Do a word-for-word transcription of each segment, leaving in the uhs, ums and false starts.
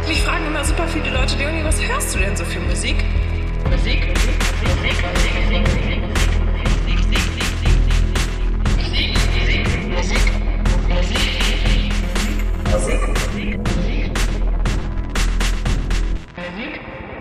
Mich fragen immer super viele Leute, Leonie, was hörst du denn so für Musik? Musik, Musik, Musik, Musik, Musik, Musik, Musik, Musik, Musik.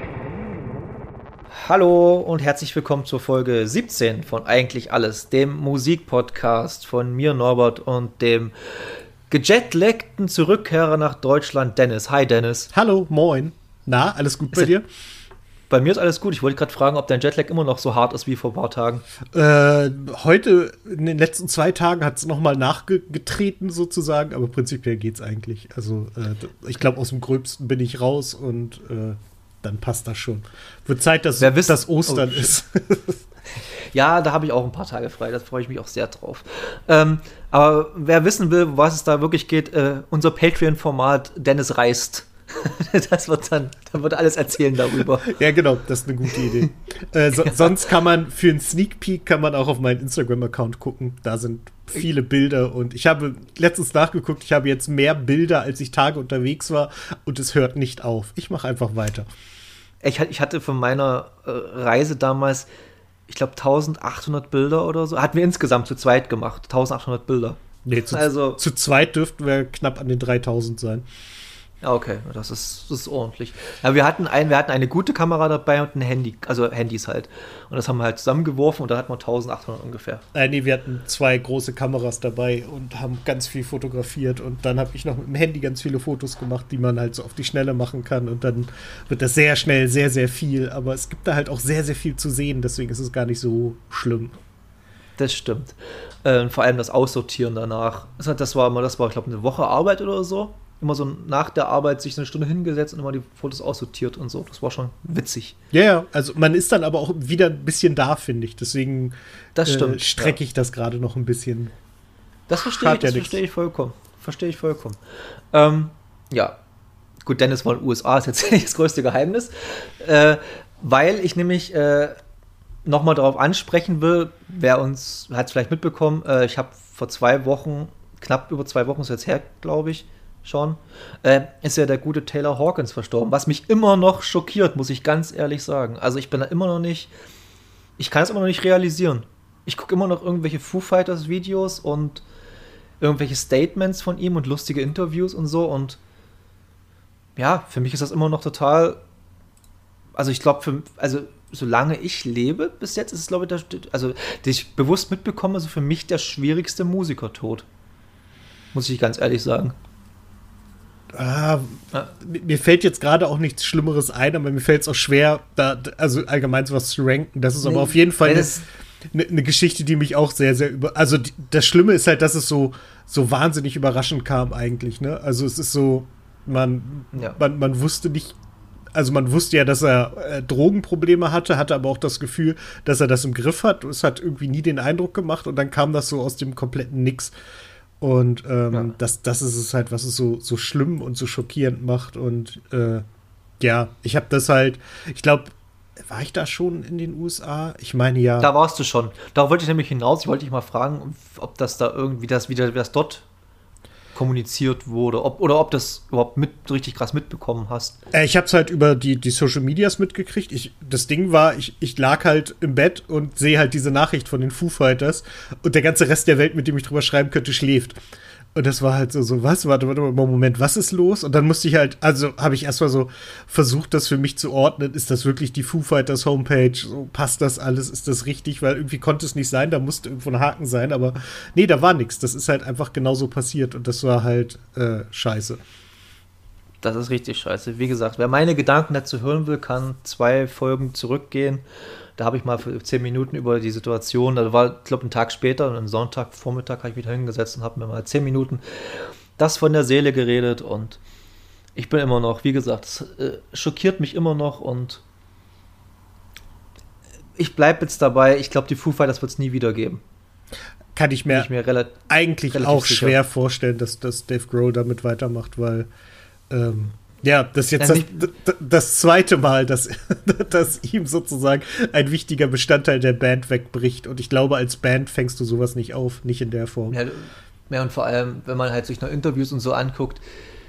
Hallo und herzlich willkommen zur Folge siebzehn von Eigentlich Alles, dem Musikpodcast von mir, Norbert, und dem gejetlagten Zurückkehrer nach Deutschland, Dennis. Hi, Dennis. Hallo, moin. Na, alles gut bei ist dir? Bei mir ist alles gut. Ich wollte gerade fragen, ob dein Jetlag immer noch so hart ist wie vor ein paar Tagen. Äh, heute, in den letzten zwei Tagen, hat es nochmal nachgetreten sozusagen, aber prinzipiell geht's eigentlich. Also, äh, ich glaube, aus dem Gröbsten bin ich raus und äh, dann passt das schon. Wird Zeit, dass das Ostern oh, ist. Ja, da habe ich auch ein paar Tage frei, da freue ich mich auch sehr drauf. Ähm, aber wer wissen will, was es da wirklich geht, äh, unser Patreon-Format Dennis reist. Das wird dann, dann wird alles erzählen darüber. Ja, genau, das ist eine gute Idee. äh, so, ja. Sonst kann man für einen Sneak Peek kann man auch auf meinen Instagram-Account gucken. Da sind viele Bilder und ich habe letztens nachgeguckt, ich habe jetzt mehr Bilder, als ich Tage unterwegs war und es hört nicht auf. Ich mache einfach weiter. Ich, ich hatte von meiner äh, Reise damals, ich glaube, eintausendachthundert Bilder oder so. Hatten wir insgesamt zu zweit gemacht. eintausendachthundert Bilder. Nee, zu, also, zu zweit dürften wir knapp an den dreitausend sein. Ja, okay, das ist, das ist ordentlich. Ja, wir hatten ein, wir hatten eine gute Kamera dabei und ein Handy, also Handys halt. Und das haben wir halt zusammengeworfen und da hatten wir eintausendachthundert ungefähr. Äh, nee, wir hatten zwei große Kameras dabei und haben ganz viel fotografiert. Und dann habe ich noch mit dem Handy ganz viele Fotos gemacht, die man halt so auf die Schnelle machen kann. Und dann wird das sehr schnell sehr, sehr viel. Aber es gibt da halt auch sehr, sehr viel zu sehen. Deswegen ist es gar nicht so schlimm. Das stimmt. Äh, vor allem das Aussortieren danach. Das war immer, das war, ich glaube, eine Woche Arbeit oder so. Immer so nach der Arbeit sich so eine Stunde hingesetzt und immer die Fotos aussortiert und so. Das war schon witzig. Ja, ja, also man ist dann aber auch wieder ein bisschen da, finde ich. Deswegen das stimmt, äh, strecke ja. ich das gerade noch ein bisschen. Das verstehe ich, das ja verstehe ich vollkommen. Verstehe ich vollkommen. Ähm, ja, gut, Dennis war in den U S A, ist jetzt nicht das größte Geheimnis. Äh, weil ich nämlich äh, nochmal darauf ansprechen will, wer uns, hat es vielleicht mitbekommen, äh, ich habe vor zwei Wochen, knapp über zwei Wochen ist jetzt her, glaube ich, schon, äh, ist ja der gute Taylor Hawkins verstorben, was mich immer noch schockiert, muss ich ganz ehrlich sagen. Also ich bin da immer noch nicht, ich kann es immer noch nicht realisieren. Ich gucke immer noch irgendwelche Foo Fighters Videos und irgendwelche Statements von ihm und lustige Interviews und so und ja, für mich ist das immer noch total, also ich glaube, also solange ich lebe, bis jetzt ist es, glaube ich, der, also den ich bewusst mitbekomme, also für mich der schwierigste Musikertod. Muss ich ganz ehrlich sagen. Ah, ja. Mir fällt jetzt gerade auch nichts Schlimmeres ein, aber mir fällt es auch schwer, da also allgemein sowas zu ranken. Das ist nee, aber auf jeden Fall eine, eine Geschichte, die mich auch sehr, sehr über. Also die, das Schlimme ist halt, dass es so, so wahnsinnig überraschend kam eigentlich. Ne? Also es ist so, man, ja. man, man wusste nicht, also man wusste ja, dass er äh, Drogenprobleme hatte, hatte aber auch das Gefühl, dass er das im Griff hat. Es hat irgendwie nie den Eindruck gemacht und dann kam das so aus dem kompletten Nix. Und ähm, ja. das, das ist es halt, was es so, so schlimm und so schockierend macht. Und äh, ja, ich habe das halt, ich glaube, war ich da schon in den U S A? Ich meine ja. Da warst du schon. Da wollte ich nämlich hinaus. Ich wollte dich mal fragen, ob das da irgendwie, das wieder, wie das dort kommuniziert wurde, ob, oder ob das überhaupt mit, richtig krass mitbekommen hast. Äh, ich habe es halt über die, die Social Medias mitgekriegt. Ich, das Ding war, ich, ich lag halt im Bett und sehe halt diese Nachricht von den Foo Fighters und der ganze Rest der Welt, mit dem ich drüber schreiben könnte, schläft. Und das war halt so, so was? Warte, warte, warte, Moment, was ist los? Und dann musste ich halt, also habe ich erstmal so versucht, das für mich zu ordnen. Ist das wirklich die Foo Fighters Homepage? So, passt das alles? Ist das richtig? Weil irgendwie konnte es nicht sein, da musste irgendwo ein Haken sein. Aber nee, da war nichts. Das ist halt einfach genauso passiert. Und das war halt äh, scheiße. Das ist richtig scheiße. Wie gesagt, wer meine Gedanken dazu hören will, kann zwei Folgen zurückgehen. Da habe ich mal für zehn Minuten über die Situation, da war, ich glaube, einen Tag später, einen Sonntag, Vormittag, habe ich wieder hingesetzt und habe mir mal zehn Minuten das von der Seele geredet und ich bin immer noch, wie gesagt, es äh, schockiert mich immer noch und ich bleibe jetzt dabei, ich glaube, die Foo Fighters wird es nie wieder geben. Kann ich mir, ich mir rela- eigentlich auch sicher. schwer vorstellen, dass, dass Dave Grohl damit weitermacht, weil ähm ja, das ist jetzt das, das zweite Mal, dass, dass ihm sozusagen ein wichtiger Bestandteil der Band wegbricht. Und ich glaube, als Band fängst du sowas nicht auf, nicht in der Form. Ja, ja und vor allem, wenn man halt sich noch Interviews und so anguckt,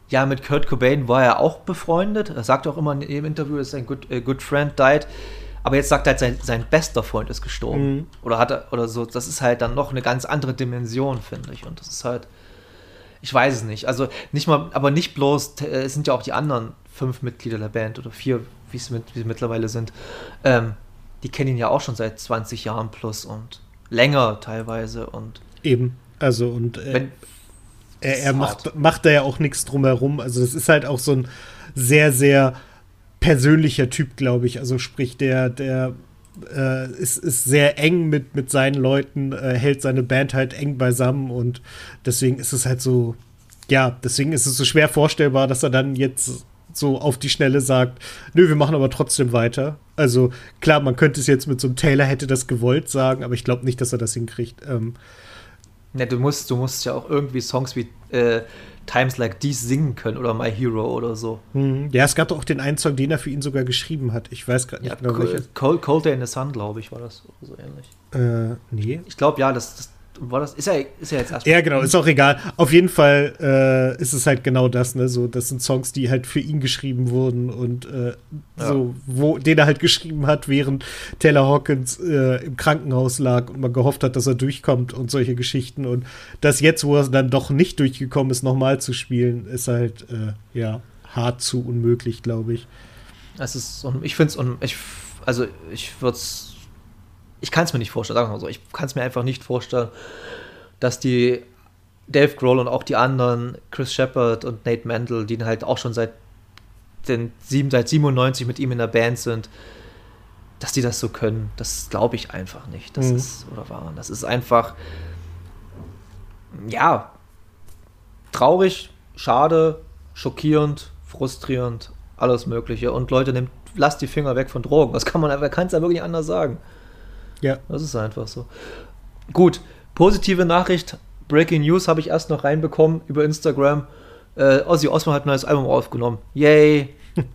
ja, mit Kurt Cobain war er auch befreundet. Er sagt auch immer in jedem Interview, dass ein good, a good friend died. Aber jetzt sagt er halt, sein, sein bester Freund ist gestorben. Mhm. Oder hat er, oder so. Das ist halt dann noch eine ganz andere Dimension, finde ich. Und das ist halt, ich weiß es nicht. Also nicht mal, aber nicht bloß, es sind ja auch die anderen fünf Mitglieder der Band oder vier, wie es mit, wie mittlerweile sind. Ähm, die kennen ihn ja auch schon seit zwanzig Jahren plus und länger teilweise. Und eben, also und äh, wenn, er, er macht, macht da ja auch nichts drumherum. Also das ist halt auch so ein sehr, sehr persönlicher Typ, glaube ich. Also sprich, der, der äh, ist, ist sehr eng mit, mit seinen Leuten, äh, hält seine Band halt eng beisammen und deswegen ist es halt so, ja, deswegen ist es so schwer vorstellbar, dass er dann jetzt so auf die Schnelle sagt, nö, wir machen aber trotzdem weiter. Also klar, man könnte es jetzt mit so einem Taylor hätte das gewollt sagen, aber ich glaube nicht, dass er das hinkriegt. Ähm, ne, du musst, du musst ja auch irgendwie Songs wie äh, Times Like These singen können oder My Hero oder so. Mhm. Ja, es gab doch auch den einen Song, den er für ihn sogar geschrieben hat. Ich weiß gerade nicht ja, genau, welches. Cold, Cold Day in the Sun, glaube ich, war das so ähnlich. Äh, nee. Ich glaube, ja, das, das war das, ist ja, ist ja jetzt erst. Ja, genau, ist auch egal. Auf jeden Fall äh, ist es halt genau das, ne? So, das sind Songs, die halt für ihn geschrieben wurden und äh, ja. so, wo, den er halt geschrieben hat, während Taylor Hawkins äh, im Krankenhaus lag und man gehofft hat, dass er durchkommt und solche Geschichten. Und das jetzt, wo er dann doch nicht durchgekommen ist, nochmal zu spielen, ist halt, äh, ja, hart zu unmöglich, glaube ich. Es ist, ich finde es, ich, also ich würde es Ich kann es mir nicht vorstellen, sagen wir mal so. Ich kann es mir einfach nicht vorstellen, dass die Dave Grohl und auch die anderen, Chris Shepherd und Nate Mendel, die halt auch schon seit, den sieben, seit siebenundneunzig mit ihm in der Band sind, dass die das so können. Das glaube ich einfach nicht. Das mhm. ist, oder waren, das ist einfach, ja, traurig, schade, schockierend, frustrierend, alles Mögliche. Und Leute, nehmt, lasst die Finger weg von Drogen. Das kann man, man kann es ja wirklich nicht anders sagen. Ja. Das ist einfach so. Gut, positive Nachricht. Breaking News habe ich erst noch reinbekommen über Instagram. Äh, Ozzy Osbourne hat ein neues Album aufgenommen. Yay!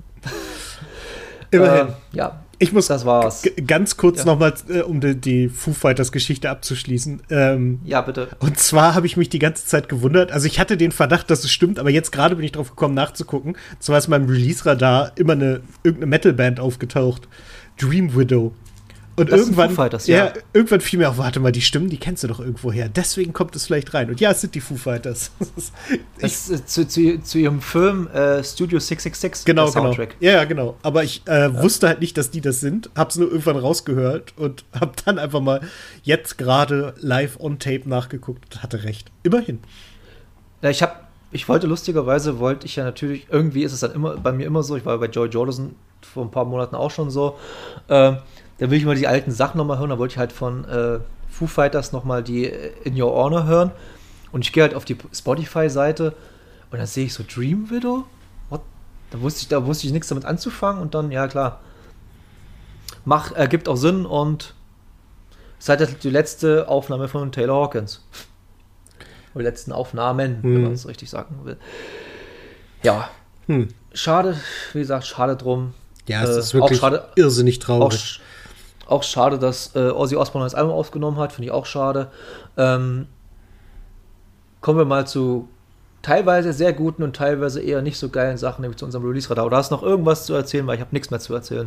Immerhin. Äh, ja, ich muss das war's. G- ganz kurz ja. nochmal, äh, um die, die Foo Fighters-Geschichte abzuschließen. Ähm, ja, bitte. Und zwar habe ich mich die ganze Zeit gewundert. Also ich hatte den Verdacht, dass es stimmt, aber jetzt gerade bin ich drauf gekommen, nachzugucken. Und zwar ist in meinem Release-Radar immer eine irgendeine Metal-Band aufgetaucht. Dream Widow. Und das irgendwann, Foo Fighters, ja. ja, irgendwann fiel mir auch, warte mal, die Stimmen, die kennst du doch irgendwo her. Deswegen kommt es vielleicht rein. Und ja, es sind die Foo Fighters. Das ist, zu, zu, zu ihrem Film äh, Studio sechs sechs sechs, genau, der Soundtrack. Genau. Ja, genau. Aber ich äh, ja. wusste halt nicht, dass die das sind. Hab's nur irgendwann rausgehört und hab dann einfach mal jetzt gerade live on Tape nachgeguckt und hatte recht. Immerhin. Ja, ich hab, ich wollte lustigerweise, wollte ich ja natürlich, irgendwie ist es dann immer bei mir immer so, ich war bei Joy Jordison vor ein paar Monaten auch schon so, äh, da will ich mal die alten Sachen nochmal hören. Da wollte ich halt von äh, Foo Fighters nochmal die In Your Honor hören. Und ich gehe halt auf die Spotify-Seite und dann sehe ich so Dream Widow. What? Da wusste ich, da wusste ich nichts damit anzufangen und dann, ja klar. Mach, ergibt auch Sinn und seit der die letzte Aufnahme von Taylor Hawkins. Oder die letzten Aufnahmen, hm. wenn man es richtig sagen will. Ja. Hm. Schade, wie gesagt, schade drum. Ja, es ist äh, wirklich schade, irrsinnig traurig. Auch, auch schade, dass äh, Ozzy Osbourne das Album aufgenommen hat, finde ich auch schade. Ähm, kommen wir mal zu teilweise sehr guten und teilweise eher nicht so geilen Sachen, nämlich zu unserem Release-Radar. Oder hast du noch irgendwas zu erzählen, weil ich habe nichts mehr zu erzählen?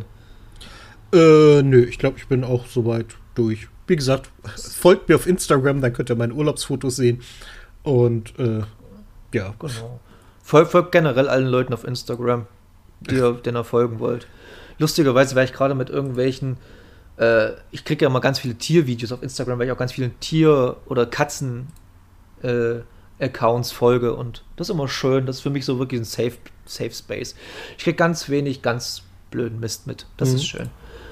Äh, nö, ich glaube, ich bin auch soweit durch. Wie gesagt, folgt mir auf Instagram, dann könnt ihr meine Urlaubsfotos sehen. Und, äh, ja. Genau. Folgt folg generell allen Leuten auf Instagram, die ihr, denen ihr folgen wollt. Lustigerweise wäre ich gerade mit irgendwelchen äh, ich kriege ja mal ganz viele Tiervideos auf Instagram, weil ich auch ganz vielen Tier- oder Katzen-Accounts äh, folge und das ist immer schön, das ist für mich so wirklich ein Safe, Safe Space. Ich kriege ganz wenig ganz blöden Mist mit, das mhm. ist schön.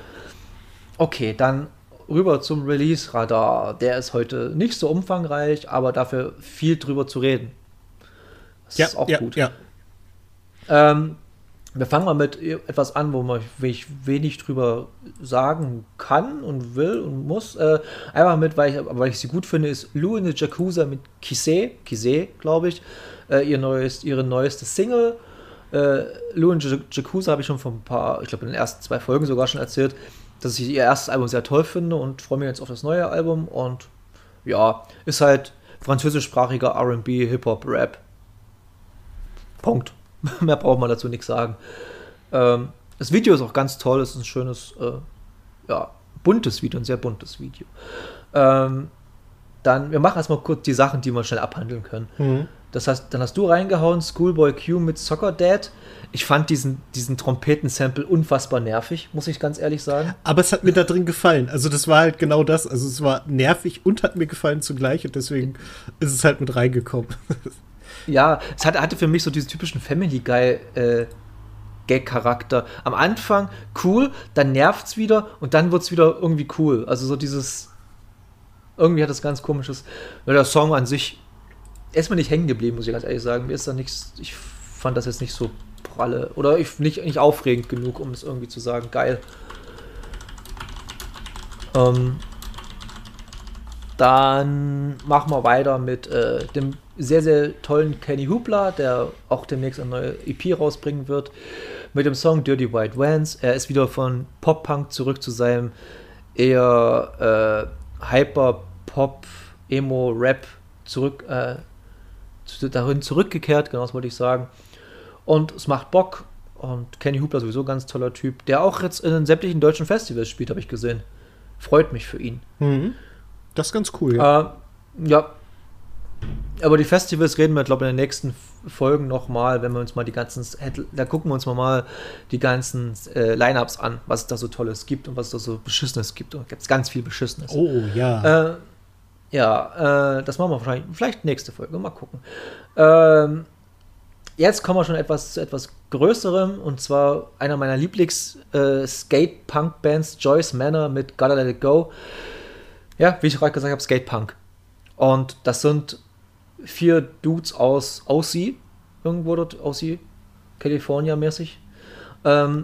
Okay, dann rüber zum Release-Radar. Der ist heute nicht so umfangreich, aber dafür viel drüber zu reden. Das ja, ist auch ja, gut. Ja. Ähm, wir fangen mal mit etwas an, wo man ich wenig drüber sagen kann und will und muss. Äh, einfach mit, weil ich, weil ich sie gut finde, ist Lou in the Jacuzza mit Kissé, Kissé, glaube ich, äh, ihr neues, ihre neueste Single. Äh, Lou in the Jacuzza habe ich schon vor ein paar, ich glaube in den ersten zwei Folgen sogar schon erzählt, dass ich ihr erstes Album sehr toll finde und freue mich jetzt auf das neue Album. Und ja, ist halt französischsprachiger R and B, Hip-Hop, Rap. Punkt. Mehr braucht man dazu nichts sagen. Ähm, das Video ist auch ganz toll, es ist ein schönes, äh, ja, buntes Video, ein sehr buntes Video. Ähm, dann, wir machen erstmal kurz die Sachen, die wir schnell abhandeln können. Mhm. Das heißt, dann hast du reingehauen, Schoolboy Q mit Soccer Dad. Ich fand diesen, diesen Trompeten-Sample unfassbar nervig, muss ich ganz ehrlich sagen. Aber es hat mir da drin gefallen. Also das war halt genau das. Also es war nervig und hat mir gefallen zugleich. Und deswegen ist es halt mit reingekommen. Ja, es hatte, hatte für mich so diesen typischen Family Guy äh, Gag-Charakter. Am Anfang cool, dann nervt's wieder und dann wird's wieder irgendwie cool. Also so dieses, irgendwie hat das ganz komisches, weil der Song an sich ist mir nicht hängen geblieben, muss ich ganz ehrlich sagen. Mir ist da nichts, ich fand das jetzt nicht so pralle oder ich, nicht, nicht aufregend genug, um es irgendwie zu sagen, geil. Ähm, dann machen wir weiter mit äh, dem sehr, sehr tollen Kenny Hoopla, der auch demnächst eine neue E P rausbringen wird, mit dem Song Dirty White Vans. Er ist wieder von Pop-Punk zurück zu seinem eher äh, Hyper-Pop, Emo-Rap zurück, äh, zu, dahin zurückgekehrt, genau das wollte ich sagen. Und es macht Bock. Und Kenny Hoopla sowieso ein ganz toller Typ, der auch jetzt in sämtlichen deutschen Festivals spielt, habe ich gesehen. Freut mich für ihn. Mhm. Das ist ganz cool, ja. Äh, ja. Aber die Festivals reden wir, glaube ich, in den nächsten Folgen nochmal, wenn wir uns mal die ganzen, da gucken wir uns mal die ganzen äh, Line-Ups an, was es da so Tolles gibt und was es da so Beschissenes gibt. Und da gibt es ganz viel Beschissenes. Oh, ja. Äh, ja, äh, das machen wir wahrscheinlich, vielleicht nächste Folge, mal gucken. Ähm, jetzt kommen wir schon etwas zu etwas Größerem, und zwar einer meiner Lieblings-Skate-Punk-Bands, Joyce Manor mit Gotta Let It Go. Ja, wie ich gerade gesagt habe, Skate-Punk. Und das sind vier Dudes aus O C, irgendwo dort, O C, California-mäßig. Ähm,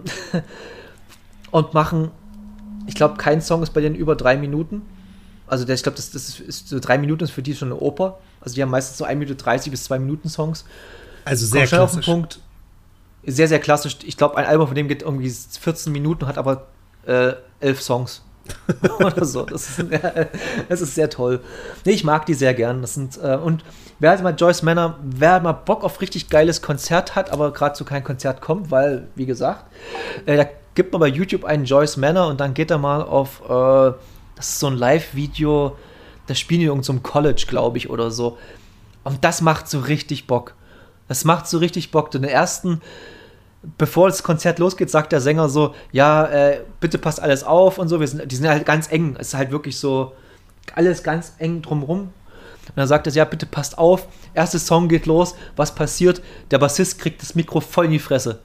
und machen, ich glaube, kein Song ist bei denen über drei Minuten. Also der, ich glaube, das, das ist so drei Minuten ist für die schon eine Oper. Also die haben meistens so eine Minute dreißig bis zwei Minuten Songs. Also sehr klassisch. Auf den Punkt. Sehr, sehr klassisch. Ich glaube, ein Album von dem geht irgendwie vierzehn Minuten, hat aber äh, elf Songs. Oder so. Das ist, äh, das ist sehr toll. Nee, ich mag die sehr gern. Das sind, äh, und wer halt mal Joyce Manor, wer mal Bock auf richtig geiles Konzert hat, aber gerade zu kein Konzert kommt, weil, wie gesagt, äh, da gibt man bei YouTube einen Joyce Manor und dann geht er mal auf, äh, das ist so ein Live-Video, da spielen die in irgendeinem College, glaube ich, oder so. Und das macht so richtig Bock. Das macht so richtig Bock. Den ersten, bevor das Konzert losgeht, sagt der Sänger so, ja, äh, bitte passt alles auf und so. Wir sind, die sind halt ganz eng. Es ist halt wirklich so alles ganz eng drumrum. Und dann sagt er, ja, bitte passt auf. Erster Song geht los. Was passiert? Der Bassist kriegt das Mikro voll in die Fresse.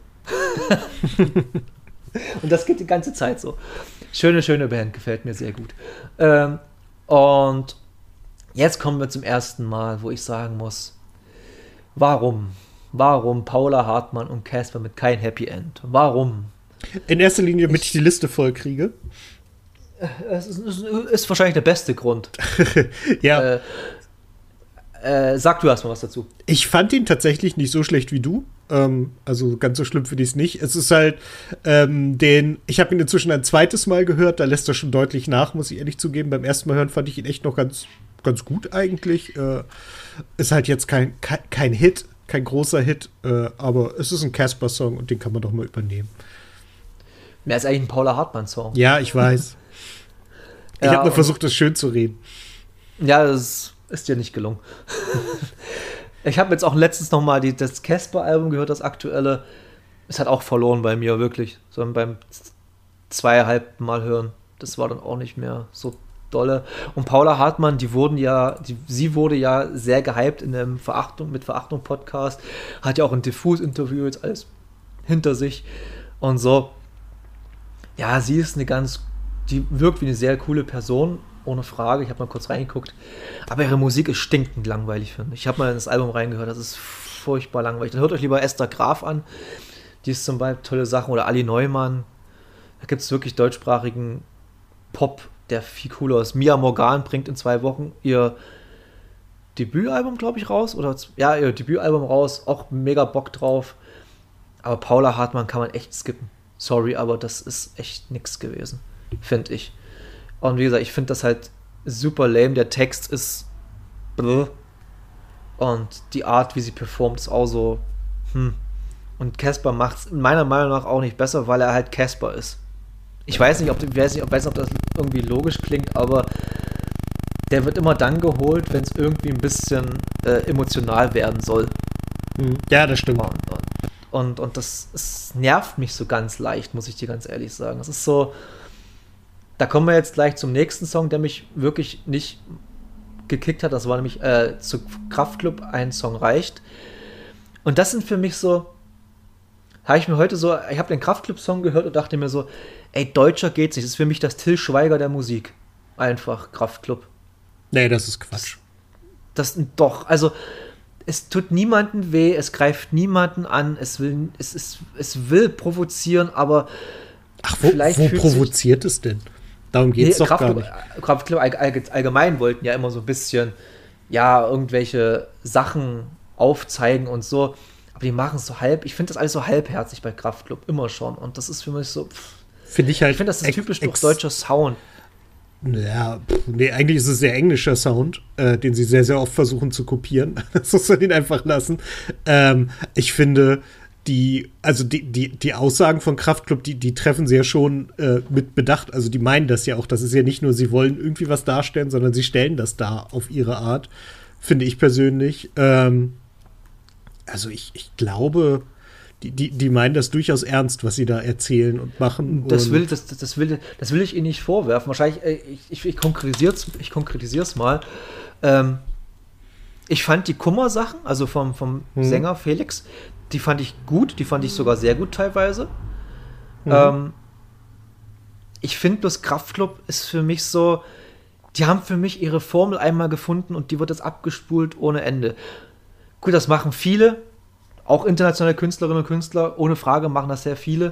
Und das geht die ganze Zeit so. Schöne, schöne Band. Gefällt mir sehr gut. Ähm, und jetzt kommen wir zum ersten Mal, wo ich sagen muss, warum? Warum Paula Hartmann und Casper mit kein Happy End? Warum? In erster Linie, damit ich, ich die Liste voll kriege. Es ist, ist, ist wahrscheinlich der beste Grund. Ja. Äh, äh, sag du erst mal was dazu. Ich fand ihn tatsächlich nicht so schlecht wie du. Ähm, also ganz so schlimm finde ich es nicht. Es ist halt ähm, den, ich habe ihn inzwischen ein zweites Mal gehört, da lässt er schon deutlich nach, muss ich ehrlich zugeben. Beim ersten Mal hören fand ich ihn echt noch ganz, ganz gut eigentlich. Äh, ist halt jetzt kein, kein, kein Hit, kein großer Hit, äh, aber es ist ein Casper-Song und den kann man doch mal übernehmen. Mehr ist eigentlich ein Paula Hartmann-Song. Ja, ich weiß. Ich ja, habe nur versucht, das schön zu reden. Ja, das ist dir nicht gelungen. Ich habe jetzt auch letztens noch mal die, das Casper-Album gehört, das aktuelle. Es hat auch verloren bei mir, wirklich. Sondern beim zweieinhalb Mal hören. Das war dann auch nicht mehr so dolle. Und Paula Hartmann, die wurden ja, die, sie wurde ja sehr gehypt in dem Verachtung, mit Verachtung-Podcast. Hat ja auch ein Diffus-Interview jetzt alles hinter sich. Und so. Ja, sie ist eine ganz, die wirkt wie eine sehr coole Person, ohne Frage. Ich habe mal kurz reingeguckt. Aber ihre Musik ist stinkend langweilig, finde ich. Ich habe mal in das Album reingehört, das ist furchtbar langweilig. Dann hört euch lieber Esther Graf an. Die ist zum Beispiel tolle Sachen. Oder Ali Neumann. Da gibt es wirklich deutschsprachigen Pop, der viel cooler ist. Mia Morgan bringt in zwei Wochen ihr Debütalbum, glaube ich, raus. Oder ja, ihr Debütalbum raus. Auch mega Bock drauf. Aber Paula Hartmann kann man echt skippen. Sorry, aber das ist echt nix gewesen. Finde ich. Und wie gesagt, ich finde das halt super lame. Der Text ist bläh. Und die Art, wie sie performt, ist auch so hm. Und Casper macht es meiner Meinung nach auch nicht besser, weil er halt Casper ist. Ich weiß nicht, ob, ich weiß nicht, ob, weiß nicht, ob das irgendwie logisch klingt, aber der wird immer dann geholt, wenn es irgendwie ein bisschen äh, emotional werden soll. Ja, das stimmt. Und, und, und das, das nervt mich so ganz leicht, muss ich dir ganz ehrlich sagen. Das ist so, da kommen wir jetzt gleich zum nächsten Song, der mich wirklich nicht gekickt hat. Das war nämlich äh, zu Kraftklub, ein Song reicht. Und das sind für mich so, habe ich mir heute so, ich habe den Kraftklub-Song gehört und dachte mir so, ey, deutscher geht's nicht. Das ist für mich das Till Schweiger der Musik. Einfach Kraftklub. Nee, das ist Quatsch. Das, das doch, also es tut niemanden weh, es greift niemanden an, es will, es, es, es will provozieren, aber Ach, wo, vielleicht wo provoziert sich, es denn? Darum geht's nee, doch Kraftklub, gar nicht. Kraftklub allgemein wollten ja immer so ein bisschen, ja, irgendwelche Sachen aufzeigen und so, aber die machen es so halb, ich finde das alles so halbherzig bei Kraftklub, immer schon, und das ist für mich so, finde ich halt, ich finde, das ist typisch durch deutscher Sound. Ja, pff, nee, eigentlich ist es sehr englischer Sound, äh, den sie sehr, sehr oft versuchen zu kopieren. Das muss man den einfach lassen. Ähm, ich finde, die, also die, die, die Aussagen von Kraftklub, die, die treffen sie ja schon äh, mit Bedacht. Also die meinen das ja auch. Das ist ja nicht nur, sie wollen irgendwie was darstellen, sondern sie stellen das dar auf ihre Art, finde ich persönlich. Ähm, also ich, ich glaube, Die, die, die meinen das durchaus ernst, was sie da erzählen und machen. Das, und will, das, das, will, das will ich ihnen nicht vorwerfen. Wahrscheinlich, ich, ich, ich konkretisiere es ich konkretisier's mal. Ähm, ich fand die Kummer-Sachen, also vom, vom hm. Sänger Felix, die fand ich gut, die fand ich sogar sehr gut teilweise. Hm. Ähm, ich finde, bloß Kraftklub ist für mich so, die haben für mich ihre Formel einmal gefunden und die wird jetzt abgespult ohne Ende. Gut, das machen viele. Auch internationale Künstlerinnen und Künstler, ohne Frage, machen das sehr viele.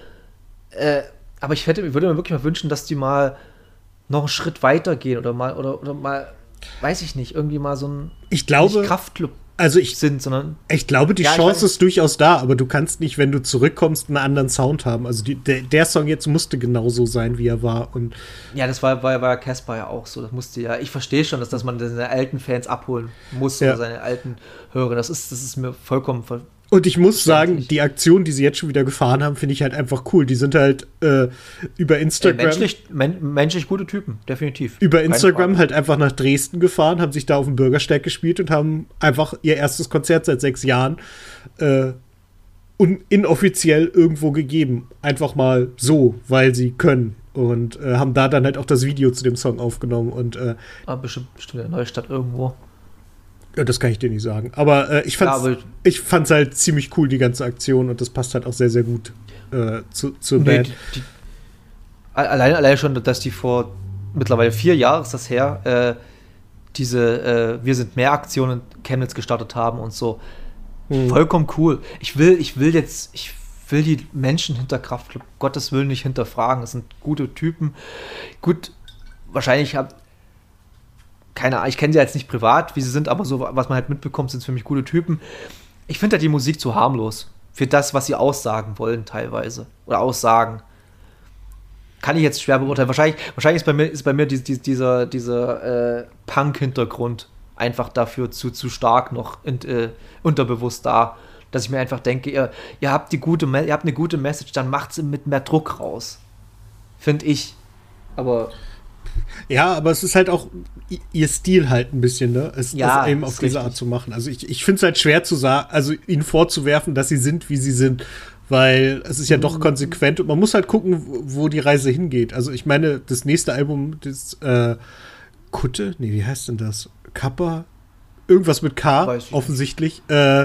Äh, aber ich hätte, würde mir wirklich mal wünschen, dass die mal noch einen Schritt weiter gehen oder mal, oder, oder mal, weiß ich nicht, irgendwie mal so ein ich glaube, Kraftklub also ich, sind, sondern. Ich glaube, die ja, Chance ist durchaus da, aber du kannst nicht, wenn du zurückkommst, einen anderen Sound haben. Also die, der, der Song jetzt musste genauso sein, wie er war. Und ja, das war bei war Casper ja auch so. Das musste ja, ich verstehe schon, dass, dass man seine alten Fans abholen muss, ja. oder seine alten Hörer. Das ist, das ist mir vollkommen ver- Und ich muss sagen, die Aktion, die sie jetzt schon wieder gefahren haben, finde ich halt einfach cool. Die sind halt äh, über Instagram. Ey, menschlich, men- menschlich gute Typen, definitiv. Über Instagram halt einfach nach Dresden gefahren, haben sich da auf dem Bürgersteig gespielt und haben einfach ihr erstes Konzert seit sechs Jahren äh, un- inoffiziell irgendwo gegeben. Einfach mal so, weil sie können. Und äh, haben da dann halt auch das Video zu dem Song aufgenommen. Und, äh, ah, bestimmt, bestimmt in der Neustadt irgendwo. Ja, das kann ich dir nicht sagen. Aber äh, ich fand's, ja, ich fand's halt ziemlich cool, die ganze Aktion. Und das passt halt auch sehr, sehr gut äh, zu, zur nee, Band. Die, die, allein, allein schon, dass die vor mittlerweile vier Jahren ist das her, äh, diese äh, Wir sind mehr Aktionen in Chemnitz gestartet haben und so. Hm. Vollkommen cool. Ich will, ich will jetzt, ich will die Menschen hinter Kraftklub Gottes Willen nicht hinterfragen. Das sind gute Typen. Gut, wahrscheinlich habe keine Ahnung, ich kenne sie jetzt nicht privat, wie sie sind, aber so, was man halt mitbekommt, sind für mich gute Typen. Ich finde halt die Musik zu harmlos. Für das, was sie aussagen wollen, teilweise. Oder aussagen. Kann ich jetzt schwer beurteilen. Wahrscheinlich, wahrscheinlich ist bei mir, ist bei mir die, die, dieser, dieser äh, Punk-Hintergrund einfach dafür zu, zu stark noch in, äh, unterbewusst da. Dass ich mir einfach denke, ihr, ihr, habt die gute, ihr habt eine gute Message, dann macht sie mit mehr Druck raus. Finde ich. Aber ja, aber es ist halt auch ihr Stil halt ein bisschen, ne? Es ja, das eben auf diese richtig. Art zu machen. Also ich, ich finde es halt schwer zu sagen, also ihnen vorzuwerfen, dass sie sind, wie sie sind, weil es ist ja doch konsequent und man muss halt gucken, wo die Reise hingeht. Also ich meine, das nächste Album, das äh, Kutte? Nee, wie heißt denn das? Kappa? Irgendwas mit K, offensichtlich. Äh,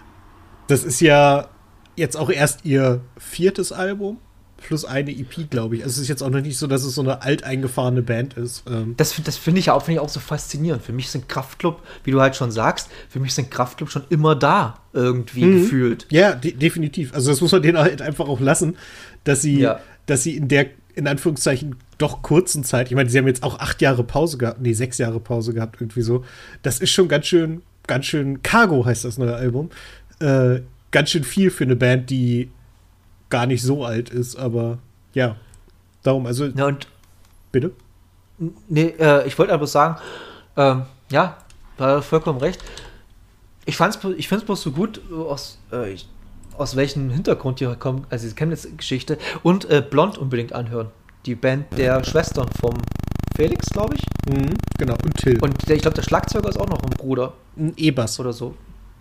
das ist ja jetzt auch erst ihr viertes Album. Plus eine E P, glaube ich. Also es ist jetzt auch noch nicht so, dass es so eine alteingefahrene Band ist. Ähm das das finde ich, find ich auch so faszinierend. Für mich sind Kraftklub, wie du halt schon sagst, für mich sind Kraftklub schon immer da, irgendwie mhm. gefühlt. Ja, de- definitiv. Also das muss man denen halt einfach auch lassen, dass sie, ja. dass sie in der, in Anführungszeichen, doch kurzen Zeit, ich meine, sie haben jetzt auch acht Jahre Pause gehabt, nee, sechs Jahre Pause gehabt, irgendwie so. Das ist schon ganz schön, ganz schön, Cargo heißt das neue Album, äh, ganz schön viel für eine Band, die gar nicht so alt ist, aber ja, darum, also ja, und bitte? Nee, äh, ich wollte aber sagen, ähm, ja, da hat er vollkommen recht. Ich fand's, ich finde es bloß so gut, aus, äh, ich, aus welchem Hintergrund die kommen, also diese Chemnitz-Geschichte. Und äh, Blond unbedingt anhören. Die Band der Schwestern vom Felix, glaube ich. Mhm, genau, und Till. Und der, ich glaube, der Schlagzeuger ist auch noch ein Bruder. Ein Ebers. Oder so.